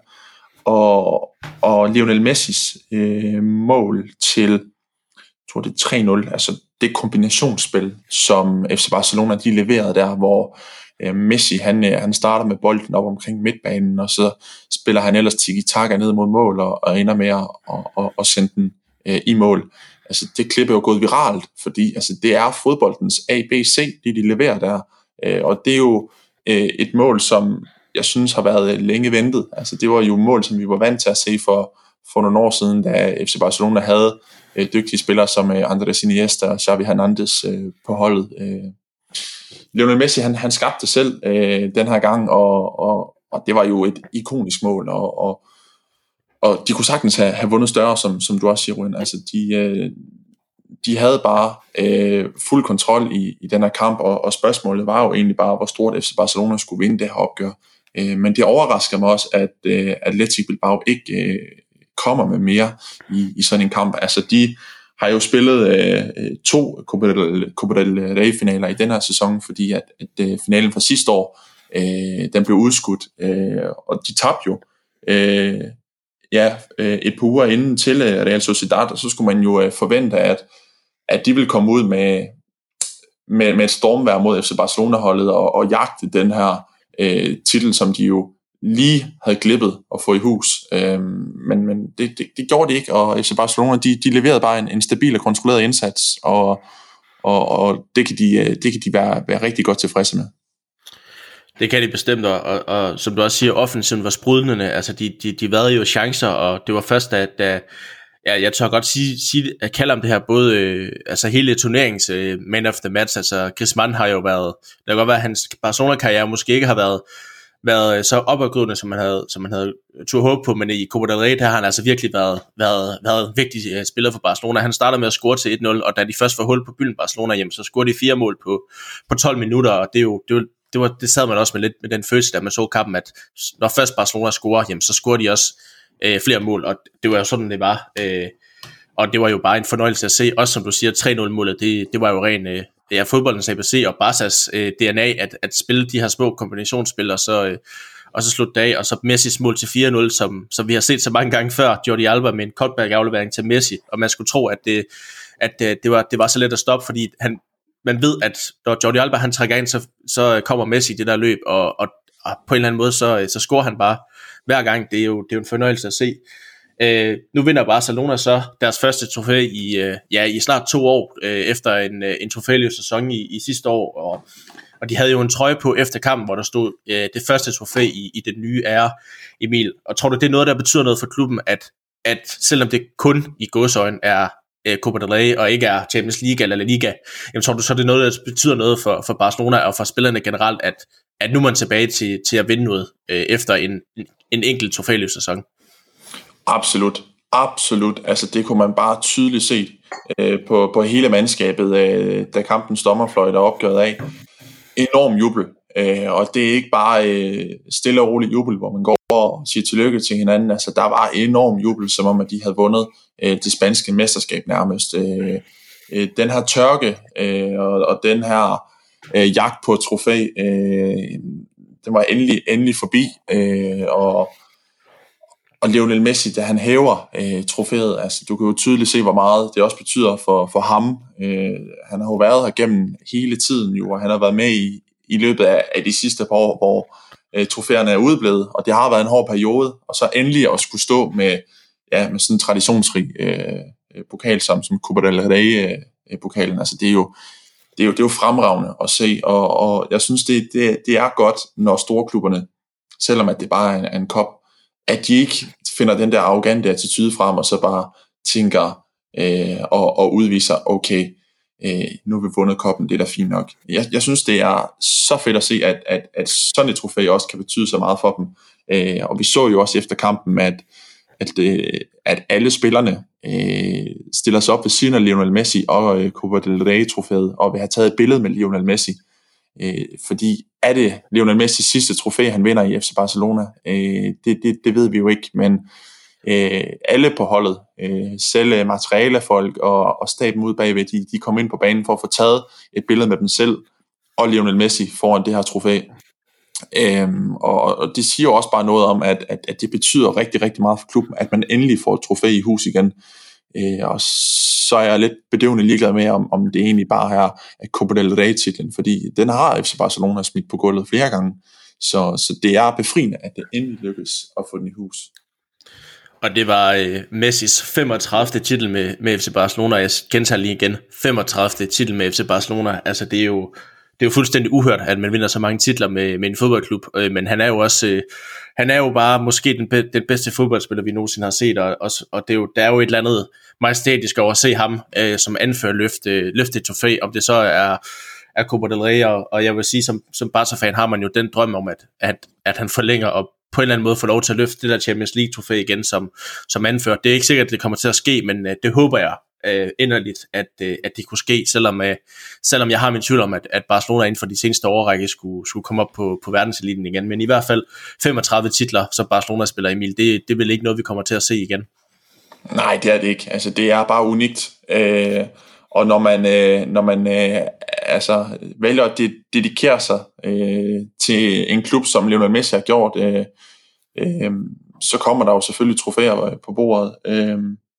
Og, og Lionel Messis øh, mål til, jeg tror det er tre nul, altså det kombinationsspil, som F C Barcelona de leverede der, hvor øh, Messi han, øh, han starter med bolden op omkring midtbanen, og så spiller han ellers tiki-taka ned mod mål, og, og ender med at og, og, og sende den øh, i mål. Altså det klip er jo gået viralt, fordi altså, det er fodboldens A B C, det de leverer der, øh, og det er jo øh, et mål, som jeg synes har været længe ventet. Altså det var jo mål, som vi var vant til at se for, for nogle år siden, da F C Barcelona havde øh, dygtige spillere som øh, Andrés Iniesta og Xavi Hernandez øh, på holdet. Øh. Lionel Messi, han, han skabte selv øh, den her gang, og, og, og det var jo et ikonisk mål, og, og Og de kunne sagtens have, have vundet større, som, som du også siger, Ruben. Altså, de, øh, de havde bare øh, fuld kontrol i, i den her kamp, og, og spørgsmålet var jo egentlig bare, hvor stort F C Barcelona skulle vinde det her opgør. Øh, men det overrasker mig også, at øh, Athletic Bilbao ikke øh, kommer med mere i, i sådan en kamp. Altså, de har jo spillet øh, to Copa del Rey-finaler i den her sæson, fordi at, at øh, finalen fra sidste år, øh, den blev udskudt, øh, og de tabte jo øh, ja, et par uger inden til Real Sociedad, og så skulle man jo forvente, at, at de ville komme ud med, med, med et stormvejr mod F C Barcelona-holdet og, og jagte den her øh, titel, som de jo lige havde glippet at få i hus. Øhm, men men det, det, det gjorde de ikke, og F C Barcelona, de, de leverede bare en, en stabil og kontrolleret indsats, og, og, og det kan de, det kan de være, være rigtig godt tilfredse med. Det kan de bestemt, og, og, og som du også siger, offensiven var sprudlende, altså de, de, de havde jo chancer, og det var først, da, da ja, jeg tør godt sige, sige at kalde om det her, både øh, altså hele turneringens øh, man of the match, altså Griezmann har jo været, det kan godt være, at hans Barcelona-karriere måske ikke har været, været så opadgående, som man havde, som man havde turde håbe på, men i Copa del Rey, der har han altså virkelig været, været, været en vigtig uh, spiller for Barcelona. Han starter med at score til et nul, og da de først får hul på bylden Barcelona hjem, så scorede de fire mål på, på tolv minutter, og det er jo, det er jo Det, var, det sad man også med lidt med den følelse, da man så kampen, at når først Barcelona scorer, jamen, så scorer de også øh, flere mål, og det var jo sådan, det var. Øh, og det var jo bare en fornøjelse at se, også som du siger, tre nul målet, det, det var jo ren øh, ja, fodboldens A B C og Barças øh, D N A, at, at spille de her små kombinationsspil, og så, øh, og så slutte af, og så Messis mål til fire nul, som, som vi har set så mange gange før, Jordi Alba med en cutback-aflevering til Messi, og man skulle tro, at det, at, øh, det, var, det var så let at stoppe, fordi han man ved, at når Jordi Alba han trækker ind, så, så kommer Messi i det der løb, og, og, og på en eller anden måde, så, så scorer han bare hver gang. Det er jo, det er jo en fornøjelse at se. Øh, nu vinder Barcelona så deres første trofæ i, øh, ja, i snart to år, øh, efter en, øh, en trofæløs sæson i, i sidste år, og, og de havde jo en trøje på efter kampen, hvor der stod øh, det første trofæ i, i den nye ære, Emil. Og tror du, det er noget, der betyder noget for klubben, at, at selvom det kun i gåseøjne er Copa del Rey og ikke er Champions League eller La Liga, jamen tror du så, det er noget, der betyder noget for, for Barcelona og for spillerne generelt, at, at nu er man tilbage til, til at vinde noget øh, efter en, en enkelt trofæløs sæson? Absolut. Absolut, altså det kunne man bare tydeligt se øh, på, på hele mandskabet, øh, da kampens dommerfløjte er opgjort af. Enorm jubel, øh, og det er ikke bare øh, stille og rolig jubel, hvor man går og siger tillykke til hinanden. Altså der var enorm jubel, som om at de havde vundet øh, det spanske mesterskab nærmest. Øh, øh, den her tørke øh, og, og den her øh, jagt på et trofæ, øh, den var endelig, endelig forbi, øh, og Og Lionel Messi, da han hæver øh, trofæet, altså du kan jo tydeligt se, hvor meget det også betyder for, for ham. Øh, han har jo været her gennem hele tiden, jo, og han har været med i, i løbet af, af de sidste par år, hvor øh, trofæerne er udeblevet, og det har været en hård periode, og så endelig at skulle stå med, ja, med sådan en traditionsrig øh, pokal som, som Copa del Rey-pokalen. Altså det er jo det er jo, det er jo fremragende at se, og, og jeg synes, det, det, det er godt, når storklubberne, selvom at det bare er en, en kop, at de ikke finder den der arrogante attitude frem, og så bare tænker øh, og, og udviser, okay, øh, nu har vi vundet koppen, det er da fint nok. Jeg, jeg synes, det er så fedt at se, at, at, at sådan et trofæ også kan betyde så meget for dem. Øh, og vi så jo også efter kampen, at, at, øh, at alle spillerne øh, stiller sig op ved siden af Lionel Messi og øh, Copa del Rey-trofæet, og vil have taget et billede med Lionel Messi. Øh, fordi er det Lionel Messis sidste trofæ, han vinder i F C Barcelona? Øh, det, det, det ved vi jo ikke, men øh, alle på holdet, øh, selv materialefolk og, og staben ude bagved, de, de kom ind på banen for at få taget et billede med dem selv og Lionel Messi foran det her trofæ. Øh, og, og det siger jo også bare noget om, at, at, at det betyder rigtig, rigtig meget for klubben, at man endelig får et trofæ i hus igen. Øh, og så er jeg lidt bedøvende ligeglad med, om, om det egentlig bare er Copa del Rey-titlen, fordi den har F C Barcelona smidt på gulvet flere gange, så, så det er befriende, at det endelig lykkes at få den i hus. Og det var øh, Messis femogtredivte titel med, med F C Barcelona, jeg gentager lige igen, femogtredivte titel med F C Barcelona, altså det er jo det er jo fuldstændig uhørt, at man vinder så mange titler med, med en fodboldklub, øh, men han er jo også, øh, han er jo bare måske den, be, den bedste fodboldspiller, vi nogensinde har set, og, og, og det er jo, der er jo et eller andet majestætisk over at se ham, øh, som anfører løfte, løfte et trofæ, om det så er, er Copa del Rey, og, og jeg vil sige, som, som Barca-fan har man jo den drøm om, at, at, at han forlænger og på en eller anden måde får lov til at løfte det der Champions League-trofæ igen, som, som anfører. Det er ikke sikkert, at det kommer til at ske, men øh, det håber jeg øh, inderligt, at, øh, at det kunne ske, selvom, øh, selvom jeg har min tvivl om, at, at Barcelona inden for de seneste årrække skulle, skulle komme op på, på verdenseliten igen. Men i hvert fald femogtredive titler, som Barcelona spiller, Emil, det, det er vel ikke noget, vi kommer til at se igen. Nej, det er det ikke. Altså, det er bare unikt. Øh, og når man, øh, når man øh, altså, vælger at de- dedikere sig øh, til en klub, som Lionel Messi har gjort, øh, øh, så kommer der jo selvfølgelig trofæer på bordet. Øh,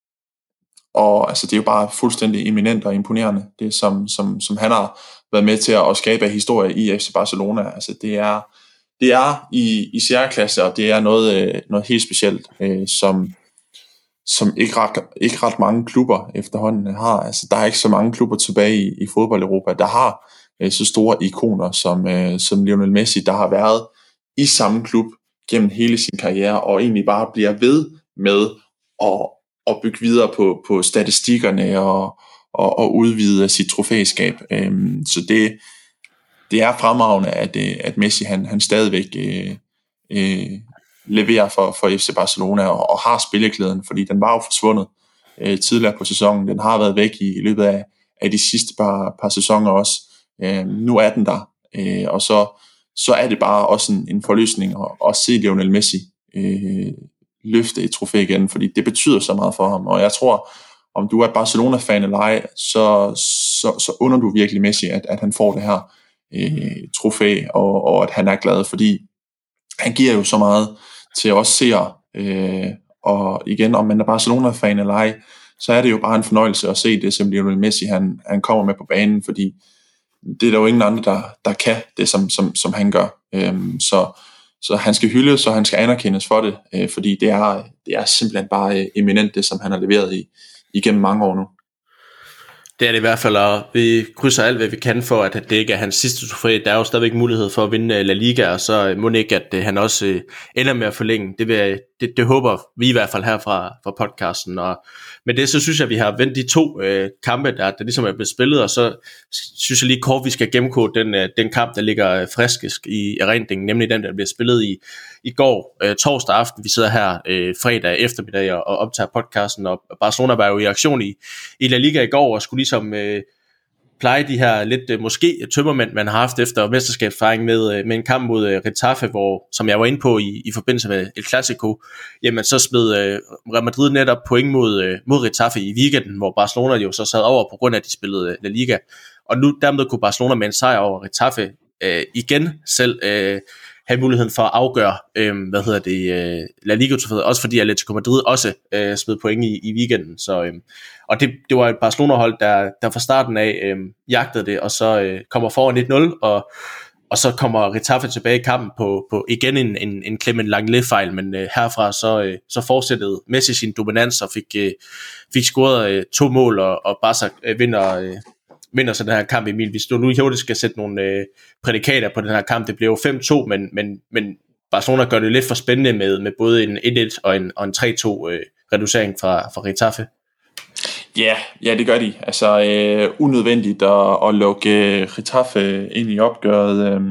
og altså, det er jo bare fuldstændig eminent og imponerende, det som, som, som han har været med til at skabe af historie i F C Barcelona. Altså, det er, det er i, i særklasse, og det er noget, noget helt specielt, øh, som som ikke ret, ikke ret mange klubber efterhånden har. Altså, der er ikke så mange klubber tilbage i, i fodbold-Europa, der har øh, så store ikoner som, øh, som Lionel Messi, der har været i samme klub gennem hele sin karriere, og egentlig bare bliver ved med at, at bygge videre på, på statistikkerne og, og, og udvide sit trofæskab. Øhm, så det, det er fremragende, at, at Messi han, han stadigvæk øh, øh, leverer for, for F C Barcelona og, og har spilleklæden, fordi den var jo forsvundet øh, tidligere på sæsonen. Den har været væk i, i løbet af, af de sidste par, par sæsoner også. Øh, nu er den der, øh, og så, så er det bare også en, en forløsning at, at se Lionel Messi øh, løfte et trofæ igen, fordi det betyder så meget for ham. Og jeg tror, om du er Barcelona-fan eller ej, så, så, så under du virkelig Messi, at, at han får det her øh, trofæ, og, og at han er glad, fordi han giver jo så meget til os seere, øh, og igen, om man er Barcelona-fan eller ej, så er det jo bare en fornøjelse at se det, som Lionel Messi han, han kommer med på banen, fordi det er der jo ingen andre, der, der kan det, som, som, som han gør. Øhm, så, så han skal hyldes, og han skal anerkendes for det, øh, fordi det er, det er simpelthen bare øh, eminent, det som han har leveret i, igennem mange år nu. Det er det i hvert fald, og vi krydser alt, hvad vi kan for, at det ikke er hans sidste trofæ. Der er jo stadigvæk mulighed for at vinde La Liga, og så må det ikke, at han også ender med at forlænge. Det, vil, det, det håber vi i hvert fald her fra, fra podcasten. Og med det, så synes jeg, at vi har vendt de to øh, kampe, der, der ligesom er blevet spillet, og så synes jeg lige kort, vi skal gennemgå den, øh, den kamp, der ligger øh, friskest i erindringen, nemlig den, der bliver spillet i, i går, øh, torsdag aften. Vi sidder her øh, fredag eftermiddag og, og optager podcasten, og Barcelona var jo i aktion i, i La Liga i går, og skulle ligesom øh, pleje de her lidt øh, måske tømmermænd, man har haft efter mesterskabsfejring med, øh, med en kamp mod øh, Getafe, hvor, som jeg var inde på i, i forbindelse med El Clasico, jamen så smed øh, Real Madrid netop point mod, øh, mod Getafe i weekenden, hvor Barcelona jo så sad over på grund af, at de spillede øh, La Liga, og nu dermed kunne Barcelona med en sejr over Getafe øh, igen selv øh, have muligheden for at afgøre, øh, hvad hedder det, øh, La Liga, også fordi Atletico Madrid også øh, smed point i, i weekenden, så øh, og det, det var et Barcelona-hold, der, der fra starten af øh, jagtede det, og så øh, kommer foran et nul, og, og så kommer Getafe tilbage i kampen på, på igen en, en, en Clement Lenglet-fejl, men øh, herfra så, øh, så fortsættede Messi sin dominans, og fik, øh, fik scoret øh, to mål, og, og Barca øh, vinder, øh, vinder så den her kamp, Emil. Hvis du nu hurtigt skal sætte nogle øh, prædikater på den her kamp, det blev jo fem to, men, men, men Barcelona gør det lidt for spændende med, med både en et et og en, og en tre to øh, reducering fra, fra Getafe. Ja, ja, det gør de. Altså øh, unødvendigt at, at lukke Getafe ind i opgøret øh,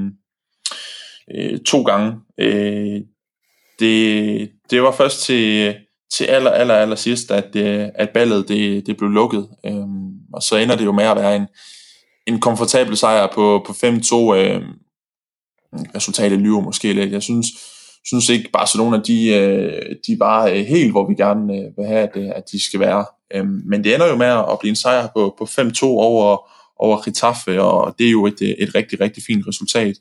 øh, to gange. Øh, det, det var først til, til aller, aller, aller sidst, at, øh, at ballet det, det blev lukket. Øh, og så ender det jo med at være en, en komfortabel sejr på, på fem to. Øh, resultatet lyver måske lidt. Jeg synes, synes ikke Barcelona, de, de var helt, hvor vi gerne vil have, at, at de skal være. Men det ender jo med at blive en sejr på, på fem to over, over Getafe, og det er jo et, et rigtig, rigtig fint resultat.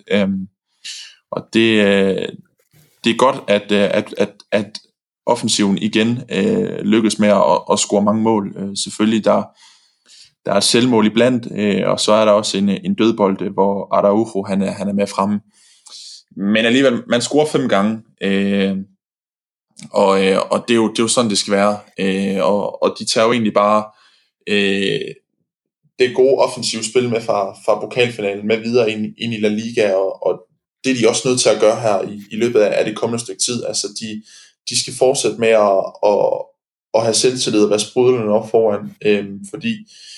Og det, det er godt, at, at, at, at offensiven igen lykkes med at, at score mange mål. Selvfølgelig, der, der er et selvmål iblandt, og så er der også en, en dødbold, hvor Araujo han er, han er med fremme. Men alligevel, man scorer fem gange, øh, og, øh, og det, er jo, det er jo sådan, det skal være. Øh, og, og de tager jo egentlig bare øh, det gode offensive spil med fra, fra pokalfinalen med videre ind, ind i La Liga, og, og det er de også nødt til at gøre her i, i løbet af, af det kommende stykke tid. Altså, de, de skal fortsætte med at, at, at have selvtillid og være sprudlende op foran, øh, fordi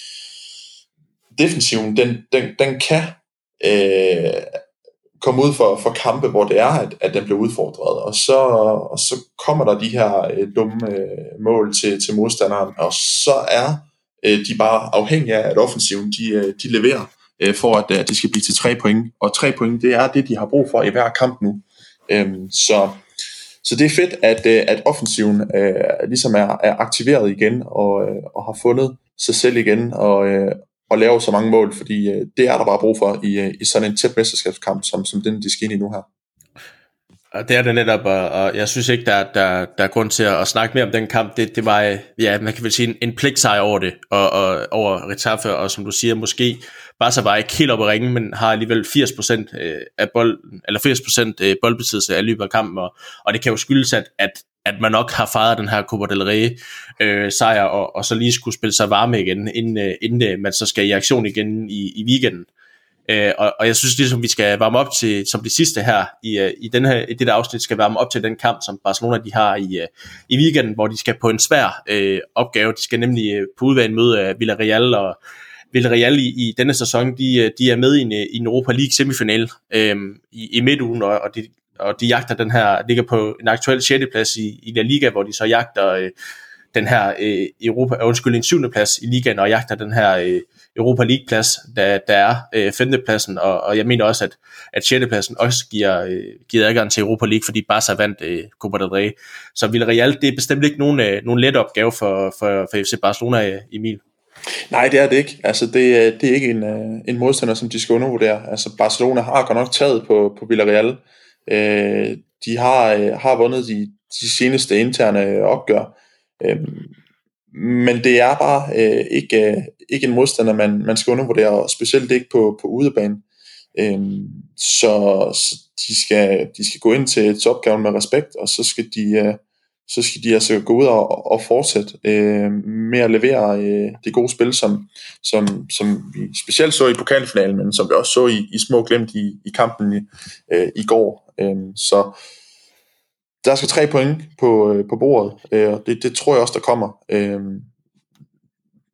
defensiven, den, den, den kan øh, komme ud for, for kampe, hvor det er, at, at den bliver udfordret, og så, og så kommer der de her øh, dumme øh, mål til, til modstanderen, og så er øh, de bare afhængige af, at offensiven de, øh, de leverer, øh, for at, at det skal blive til tre point, og tre point, det er det, de har brug for i hver kamp nu. Øhm, så, så det er fedt, at, øh, at offensiven øh, ligesom er, er aktiveret igen, og, øh, og har fundet sig selv igen, og øh, og lave så mange mål, fordi øh, det er der bare brug for i, øh, i sådan en tæt mesterskabskamp, som, som den, de skal ind i nu her. Og det er det netop, og jeg synes ikke, der, der, der er grund til at snakke mere om den kamp. Det, det var, ja, man kan vel sige en, en pligtsejr over det, og, og over Getafe, og som du siger, måske Barca var ikke helt oppe at ringe, men har alligevel firs procent af bolden, eller firs procent boldbesiddelse af løbet af kampen, og, og det kan jo skyldes, at, at at man nok har fejret den her Copa del Rey øh, sejr, og, og så lige skulle spille sig varme igen, inden, øh, inden man så skal i aktion igen i, i weekenden. Øh, og, og jeg synes ligesom, vi skal varme op til, som det sidste her, i, øh, i, den her, i det der afsnit, skal varme op til den kamp, som Barcelona de har i, øh, i weekenden, hvor de skal på en svær øh, opgave. De skal nemlig øh, på udvalg møde af Villarreal, og Villarreal i, i denne sæson, de, de er med i en, i en Europa League semifinal øh, i, i midtugen, og, og de og de jagter den her, ligger på en aktuel sjette plads i, i La Liga, hvor de så jagter øh, den her øh, Europa, undskyld, en syvende plads i ligaen, og jagter den her øh, Europa League plads, der, der er øh, femte pladsen, og, og jeg mener også, at, at sjette pladsen også giver, øh, giver adgang til Europa League, fordi Barca vandt øh, Copa del Rey. Så Villarreal, det er bestemt ikke nogen, øh, nogen let opgave for, for, for F C Barcelona, Emil. Nej, det er det ikke. Altså, det, det er ikke en, en modstander, som de skal undervurdere. Altså, Barcelona har godt nok taget på, på Villarreal. Øh, de har, øh, har vundet de, de seneste interne opgør, øh, men det er bare øh, ikke, øh, ikke en modstander, man, man skal undervurdere, og specielt ikke på, på udebane. Øh, så, så de, skal, de skal gå ind til, til opgaven med respekt, og så skal de, øh, så skal de altså gå ud og, og fortsætte øh, med at levere øh, det gode spil, som, som, som vi specielt så i pokalfinalen, men som vi også så i, i små glimt i, i kampen i, øh, i går. Øh, så der skal tre point på, øh, på bordet, øh, og det, det tror jeg også, der kommer. Øh,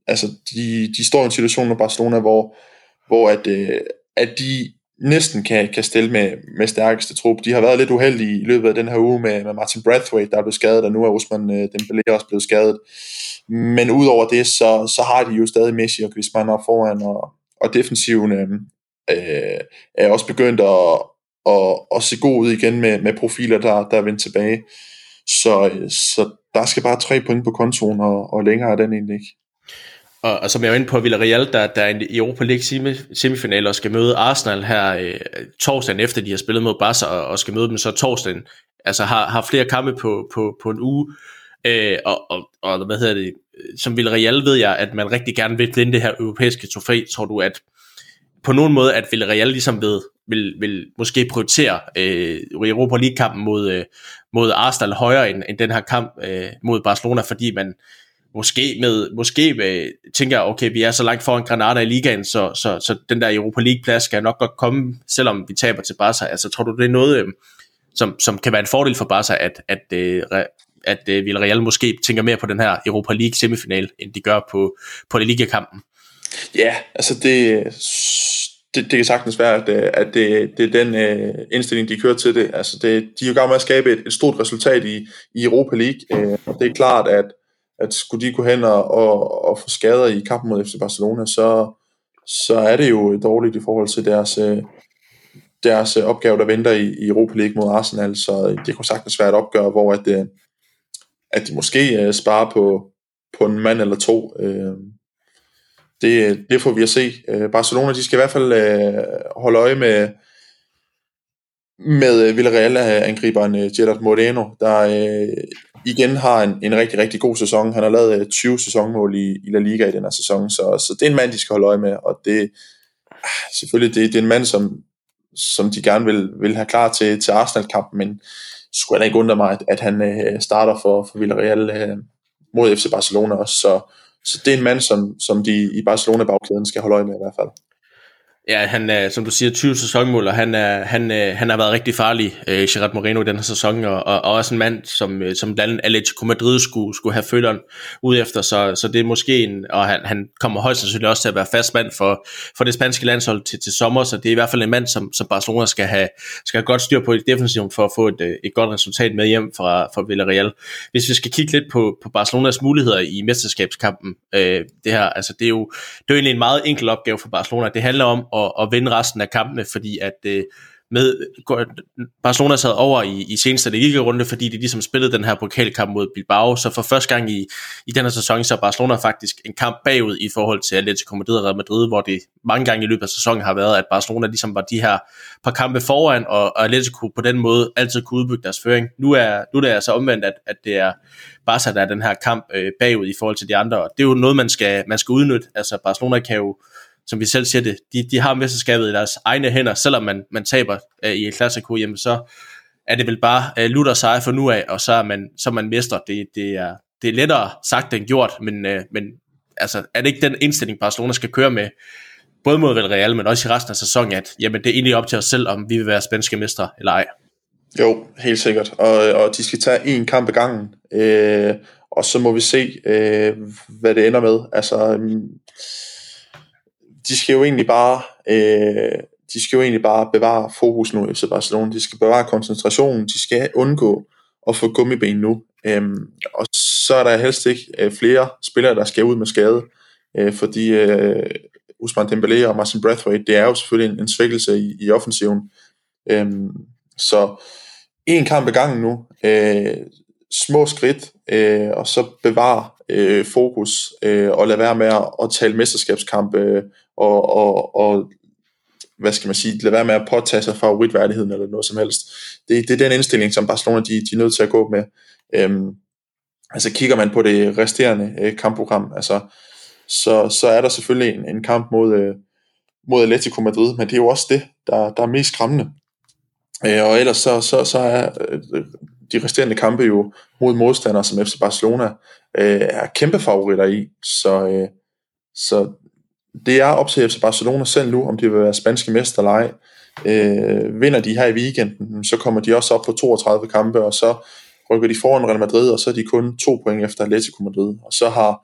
altså de, de står i en situation med Barcelona, hvor, hvor at, øh, at de næsten kan, kan stille med, med stærkeste trup. De har været lidt uheldige i løbet af den her uge med, med Martin Braithwaite, der er blevet skadet, og nu er Ousmane øh, Dembélé også blevet skadet. Men udover det, så, så har de jo stadig Messi og Griezmann op foran, og, og defensiven øh, er også begyndt at, at, at se god ud igen med, med profiler, der, der er vendt tilbage. Så, så der skal bare tre point på kontoen, og, og længere er den egentlig ikke. Og, og som jeg var inde på, Villarreal, der, der er en Europa League semifinal og skal møde Arsenal her øh, torsdagen efter, de har spillet mod Barca, og, og skal møde dem så torsdagen. Altså har, har flere kampe på, på, på en uge, øh, og, og, og hvad hedder det, som Villarreal ved jeg, at man rigtig gerne vil vinde det her europæiske trofæ. Tror du, at på nogen måde, at Villarreal ligesom ved, vil, vil måske prioritere øh, Europa League-kampen mod, øh, mod Arsenal højere end, end den her kamp øh, mod Barcelona, fordi man måske med måske med, tænker, okay, vi er så langt foran Granada i ligaen, så, så, så den der Europa League-plads skal nok godt komme, selvom vi taber til Barca. Altså, tror du, det er noget, øh, som, som kan være en fordel for Barca, at, at, øh, at øh, Villarreal måske tænker mere på den her Europa League semifinal, end de gør på, på Liga-kampen? Ja, altså det, det, det kan sagtens være, at, at det, det er den uh, indstilling, de kører til det. Altså det, de er jo gang med at skabe et, et stort resultat i, i Europa League. Uh, det er klart, at, at skulle de gå hen og, og, og få skader i kampen mod F C Barcelona, så, så er det jo dårligt i forhold til deres, uh, deres uh, opgave, der venter i, i Europa League mod Arsenal. Så det kunne sagtens være et opgør, hvor at, uh, at de måske uh, sparer på, på en mand eller to. Uh, Det, det får vi at se. Barcelona, de skal i hvert fald øh, holde øje med med Villarreal-angriberen øh, Gerard Moreno, der øh, igen har en, en rigtig, rigtig god sæson. Han har lavet øh, tyve sæsonmål i, i La Liga i den her sæson, så, så det er en mand, de skal holde øje med, og det selvfølgelig, det, det er en mand, som, som de gerne vil, vil have klar til, til Arsenal-kampen, men skulle jeg ikke undre mig, at, at han øh, starter for, for Villarreal øh, mod F C Barcelona også, så Så det er en mand, som, som de i Barcelona-bagkæden skal holde øje med i hvert fald. Ja, han er, som du siger, tyve sæsonmål, og han, er, han, han har været rigtig farlig, øh, Gerard Moreno, i den her sæson, og, og, og også en mand, som, som blandt andet Atletico Madrid skulle, skulle have føleren ud efter, så, så det er måske en, og han, han kommer højst sandsynligt også til at være fast mand for, for det spanske landshold til, til sommer, så det er i hvert fald en mand, som, som Barcelona skal have, skal have godt styr på i defensiven for at få et, et godt resultat med hjem fra, fra Villarreal. Hvis vi skal kigge lidt på, på Barcelonas muligheder i mesterskabskampen, øh, det her, altså det er jo, det er jo egentlig en meget enkel opgave for Barcelona. Det handler om at og vinde resten af kampene, fordi at øh, med Barcelona sad over i, i seneste liga-runde, fordi de ligesom spillede den her pokalkamp mod Bilbao, så for første gang i, i den her sæson, så er Barcelona faktisk en kamp bagud i forhold til Atletico Madrid og Real Madrid, hvor det mange gange i løbet af sæsonen har været, at Barcelona ligesom var de her par kampe foran, og, og Atletico på den måde altid kunne udbygge deres føring. Nu er, nu er det altså omvendt, at, at det er Barca, der er den her kamp øh, bagud i forhold til de andre, og det er jo noget, man skal, man skal udnytte. Altså Barcelona kan jo, som vi selv siger det, de, de har mesterskabet i deres egne hænder, selvom man, man taber øh, i et klassiko, jamen så er det vel bare øh, lutter sejre for nu af, og så er man, så er man mester. Det, det, er, det er lettere sagt end gjort, men, øh, men altså, er det ikke den indstilling, Barcelona skal køre med, både mod Villarreal, men også i resten af sæsonen, at jamen, det er egentlig op til os selv, om vi vil være spanske mestre eller ej? Jo, helt sikkert, og, og de skal tage en kamp ad gangen, øh, og så må vi se, øh, hvad det ender med. Altså, de skal jo egentlig bare øh, de skal jo egentlig bare bevare fokus nu i F C Barcelona. De skal bevare koncentrationen. De skal undgå at få gummiben nu. Øhm, og så er der helst ikke øh, flere spillere, der skal ud med skade, øh, fordi øh, Ousmane Dembélé og Martin Braithwaite, det er jo selvfølgelig en, en svækkelse i, i offensiven. Øhm, så en kamp ad gangen nu. Øh, små skridt, øh, og så bevare øh, fokus, øh, og lade være med at, at tale mesterskabskamp, øh, og, og, og hvad skal man sige, lade være med at påtage sig favoritværdigheden eller noget som helst. Det, det er den indstilling, som Barcelona de, de er nødt til at gå med. Øhm, altså kigger man på det resterende øh, kampprogram, altså, så, så er der selvfølgelig en, en kamp mod, øh, mod Atletico Madrid, men det er jo også det, der, der er mest skræmmende. Øh, og ellers så, så, så er øh, de resterende kampe jo mod modstandere, som F C Barcelona øh, er kæmpe favoritter i, så, øh, så det er op til F C Barcelona selv nu, om de vil være spanske mester eller ej. Øh, vinder de her i weekenden, så kommer de også op på toogtredive kampe, og så rykker de foran Real Madrid, og så er de kun to point efter Atletico Madrid, og så har,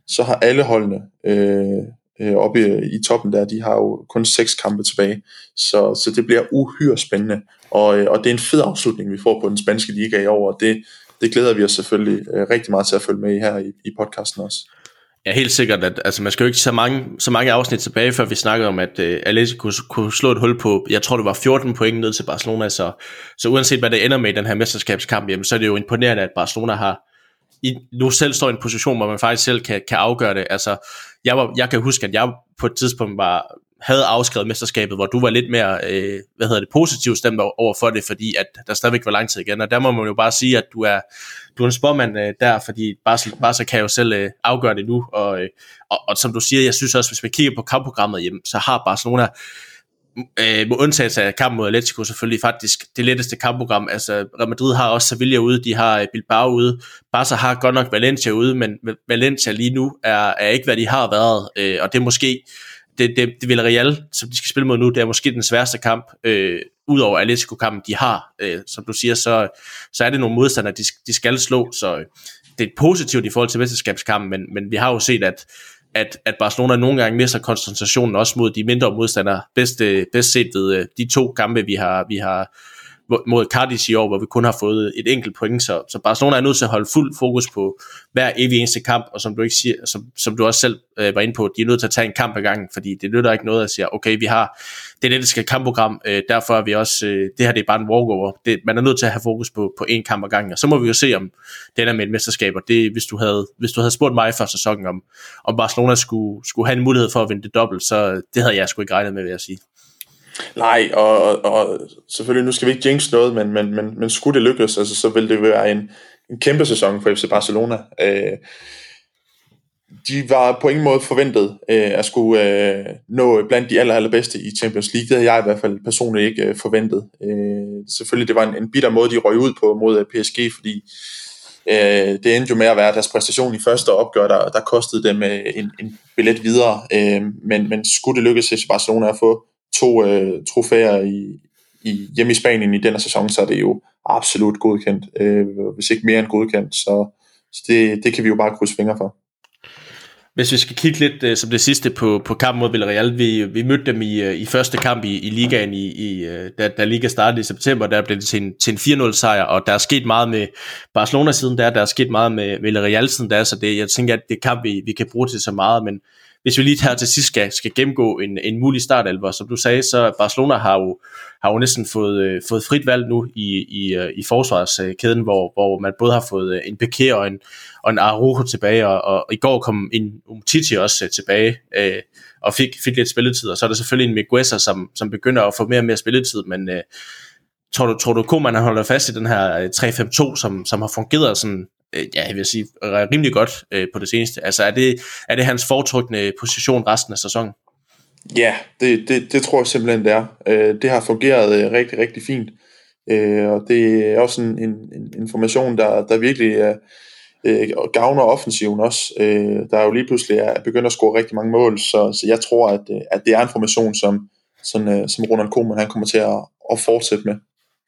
så har alle holdene øh, øh, oppe i, i toppen der, de har jo kun seks kampe tilbage, så, så det bliver uhyre spændende, og, øh, og det er en fed afslutning, vi får på den spanske liga i år, og det, det glæder vi os selvfølgelig øh, rigtig meget til at følge med i her i, i podcasten også. Ja, helt sikkert, at altså, man skal jo ikke så mange, så mange afsnit tilbage, før vi snakkede om, at uh, Atletico kunne, kunne slå et hul på, jeg tror det var fjorten point ned til Barcelona, så, så uanset hvad det ender med i den her mesterskabskamp, jamen, så er det jo imponerende, at Barcelona har i, nu selv står i en position, hvor man faktisk selv kan, kan afgøre det. Altså, jeg, var, jeg kan huske, at jeg på et tidspunkt var, havde afskrevet mesterskabet, hvor du var lidt mere øh, hvad hedder det, positivt stemt over for det, fordi at der stadigvæk var lang tid igen, og der må man jo bare sige, at du er, du er en spormand øh, der, fordi Barca, Barca kan jo selv øh, afgøre det nu, og, øh, og, og som du siger, jeg synes også, hvis man kigger på kampprogrammet, jamen, så har Barcelona øh, med undtagelse af kampen mod Atletico selvfølgelig faktisk det letteste kampprogram. Altså Real Madrid har også Sevilla ude, de har Bilbao ude, Barca har godt nok Valencia ude, men Valencia lige nu er, er ikke hvad de har været, øh, og det er måske det, det, det Villarreal, som de skal spille mod nu, det er måske den sværeste kamp, øh, udover Atletico-kampen, de har. Øh, som du siger, så, så er det nogle modstandere, de, de skal slå, så øh, det er positivt i forhold til mesterskabskampen, men, men vi har jo set, at, at, at Barcelona nogle gange mister koncentrationen også mod de mindre modstandere. Bedst, bedst set ved øh, de to kampe, vi har, vi har mod Cadiz i år, hvor vi kun har fået et enkelt point, så, så Barcelona er nødt til at holde fuld fokus på hver evig eneste kamp, og som du ikke siger, som, som du også selv øh, var inde på, de er nødt til at tage en kamp ad gangen, fordi det nytter ikke noget at sige, okay, vi har det lettiske kampprogram, øh, derfor er vi også, øh, det her det er bare en walkover, det, man er nødt til at have fokus på, på en kamp ad gangen, og så må vi jo se, om den er med et mesterskab, og det, hvis du havde, hvis du havde spurgt mig før sæsonen, om, om Barcelona skulle, skulle have en mulighed for at vinde det dobbelt, så det havde jeg sgu ikke regnet med, vil jeg sige. Nej, og, og, og selvfølgelig, nu skal vi ikke jinx noget, men, men, men, men skulle det lykkes, altså, så vil det være en, en kæmpe sæson for F C Barcelona. Øh, de var på ingen måde forventet øh, at skulle øh, nå blandt de aller, allerbedste i Champions League. Det havde jeg i hvert fald personligt ikke øh, forventet. Øh, selvfølgelig, det var en, en bitter måde, de røg ud på mod P S G, fordi øh, det endte jo med at være deres præstation i første opgør, der, der kostede dem øh, en, en billet videre. Øh, men, men skulle det lykkes F C Barcelona at få to øh, trofæer i, i, hjemme i Spanien i denne sæson, så er det jo absolut godkendt, øh, hvis ikke mere end godkendt, så, så det, det kan vi jo bare krydse fingre for. Hvis vi skal kigge lidt uh, som det sidste på, på kampen mod Villarreal, vi, vi mødte dem i, uh, i første kamp i, i ligaen, i, i, uh, da, da liga startede i september, der blev det til en, til en fire nul sejr, og der er sket meget med Barcelona siden der, der er sket meget med Villarreal siden der, så det, jeg tænker, at det kamp, vi, vi kan bruge til så meget, men hvis vi lige her til sidst skal, skal gennemgå en, en mulig startelver, som du sagde, så Barcelona har jo, har jo næsten fået, øh, fået frit valg nu i, i, øh, i forsvarskæden, hvor, hvor man både har fået en Piqué og en, og en Araujo tilbage, og, og i går kom en Umtiti også øh, tilbage, øh, og fik, fik lidt spilletid, og så er der selvfølgelig en Migueza, som, som begynder at få mere og mere spilletid, men øh, tror du, tror du Koeman han holder fast i den her tre fem to, som, som har fungeret sådan, ja, jeg vil sige, rimelig godt øh, på det seneste. Altså, er det, er det hans foretrukne position resten af sæsonen? Ja, det, det, det tror jeg simpelthen, det er. Øh, det har fungeret øh, rigtig, rigtig fint. Øh, og det er også en, en, en information, der, der virkelig øh, øh, gavner offensiven også. Øh, der er jo lige pludselig er begyndt at score rigtig mange mål, så, så jeg tror, at, at det er en formation, som, som, øh, som Ronald Koeman han kommer til at, at fortsætte med.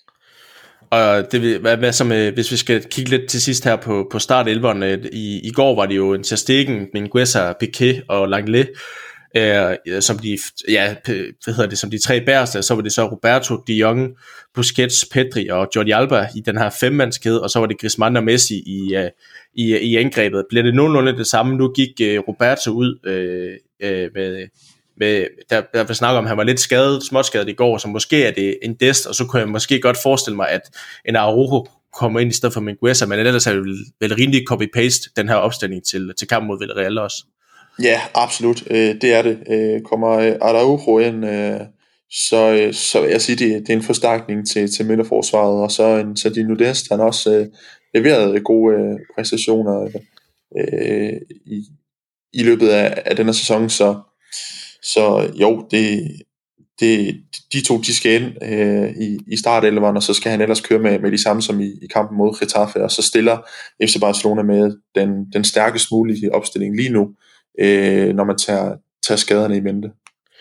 Og det, hvad, hvad som, hvis vi skal kigge lidt til sidst her på, på startelverne, i, i går var det jo en Ter Stegen, Mingueza, Piqué og Langlais, øh, som de, ja, hvad hedder det, som de tre bæreste, så var det så Roberto, De Jong, Busquets, Pedri og Jordi Alba i den her femmandskæde, og så var det Griezmann og Messi i, uh, i, i angrebet. Bliver det nogenlunde det samme? Nu gik uh, Roberto ud uh, uh, med... Med, der, der vil snakke om, at han var lidt skadet, småskadet i går, så måske er det en Dest, og så kunne jeg måske godt forestille mig, at en Araujo kommer ind i stedet for Mingueza, men ellers er det vel, vel rimelig copy-paste, den her opstilling til, til kampen mod Villarreal også. Ja, absolut, øh, det er det. Øh, kommer Araujo ind, øh, så, så jeg siger, det, det er en forstærkning til, til midterforsvaret, og så en Sardino Dest, han også øh, leveret gode øh, præstationer øh, i, i løbet af, af denne sæson, så Så jo, det, det, de to, de skal ind øh, i, i startelveren, og så skal han ellers køre med, med de samme som i, i kampen mod Getafe, og så stiller F C Barcelona med den, den stærkest mulige opstilling lige nu, øh, når man tager, tager skaderne i mente.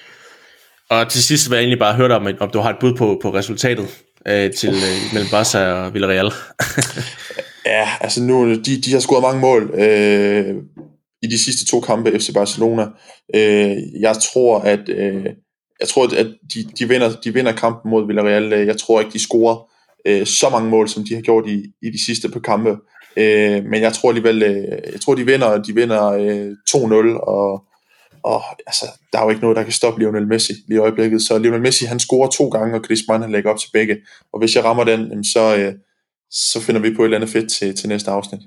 Og til sidst vil jeg egentlig bare høre dig, om, om du har et bud på, på resultatet øh, til, øh, mellem Barca og Villarreal. Ja, altså nu, de, de har scoret mange mål. Øh, i de sidste to kampe F C Barcelona. Øh, jeg tror, at øh, jeg tror, at de, de, vinder, de vinder kampen mod Villarreal. Jeg tror ikke, de scorer øh, så mange mål, som de har gjort i, i de sidste par kampe. Øh, men jeg tror alligevel, øh, jeg tror, de vinder, de vinder øh, to nul, og, og altså, der er jo ikke noget, der kan stoppe Lionel Messi lige i øjeblikket. Så Lionel Messi, han scorer to gange, og Griezmann, han lægger op til begge. Og hvis jeg rammer den, så... Øh, så finder vi på et eller andet fedt til, til næste afsnit.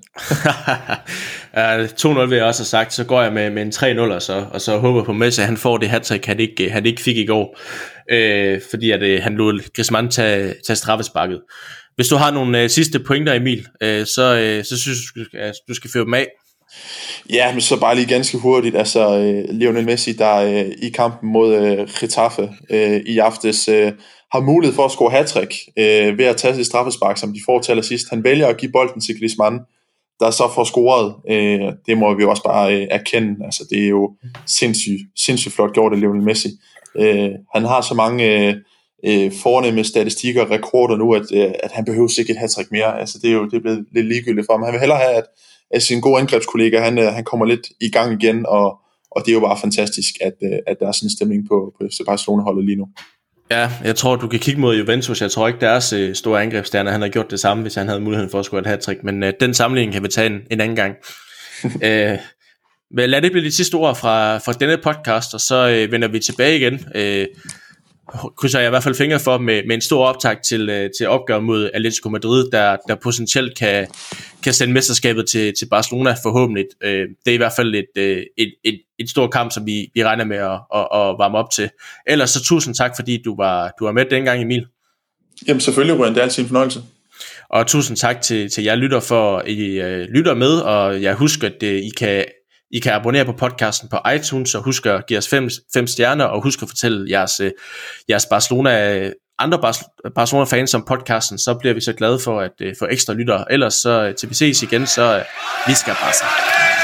uh, to nul vil jeg også have sagt, så går jeg med, med en tre nul, og så, og så håber på Messi, at han får det hattrick, han ikke, han ikke fik i går, øh, fordi at, øh, han lod Griezmann tage, tage straffesparket. Hvis du har nogle øh, sidste pointer, Emil, øh, så, øh, så synes jeg, at du skal føre dem af. Ja, men så bare lige ganske hurtigt, altså øh, Lionel Messi, der øh, i kampen mod øh, Getafe øh, i aftes, øh, har mulighed for at score hattrick øh, ved at tage sit straffespark, som de får til allersidst. Han vælger at give bolden til Griezmann, der så får scoret. Øh, det må vi også bare øh, erkende. Altså, det er jo sindssygt, sindssygt flot gjort af Lionel Messi. Øh, han har så mange øh, fornemme statistikker og rekorder nu, at, øh, at han behøver sikkert et hattrick mere. Altså, det er jo det er blevet lidt ligegyldigt for ham. Han vil hellere have, at, at sin gode angrebskollega, han, øh, han kommer lidt i gang igen, og, og det er jo bare fantastisk, at, øh, at der er sådan en stemning på, på F C Barcelona-holdet lige nu. Ja, jeg tror, du kan kigge mod Juventus. Jeg tror ikke, deres øh, store angrebsstjerner, han har gjort det samme, hvis han havde muligheden for at score et hattrick. Men øh, den sammenligning kan vi tage en, en anden gang. øh, men lad det blive de sidste ord fra, fra denne podcast, og så øh, vender vi tilbage igen. Øh, krydser jeg i hvert fald fingre for med, med en stor optakt til, øh, til opgør mod Atletico Madrid, der, der potentielt kan, kan sende mesterskabet til, til Barcelona forhåbentlig. Øh, det er i hvert fald et, øh, et, et, et stort kamp, som vi, vi regner med at, at, at varme op til. Ellers så tusind tak, fordi du var, du var med dengang, Emil. Jamen selvfølgelig, Ryan, det er altid en fornøjelse. Og tusind tak til, til jer lytter for, at I øh, lytter med, og jeg husker, at øh, I kan... I kan abonnere på podcasten på iTunes, og husk at give os fem, fem stjerner, og husk at fortælle jeres, jeres Barcelona, andre Barcelona-fans om podcasten, så bliver vi så glade for at få ekstra lyttere. Ellers så til vi ses igen, så vi skal bare sammen.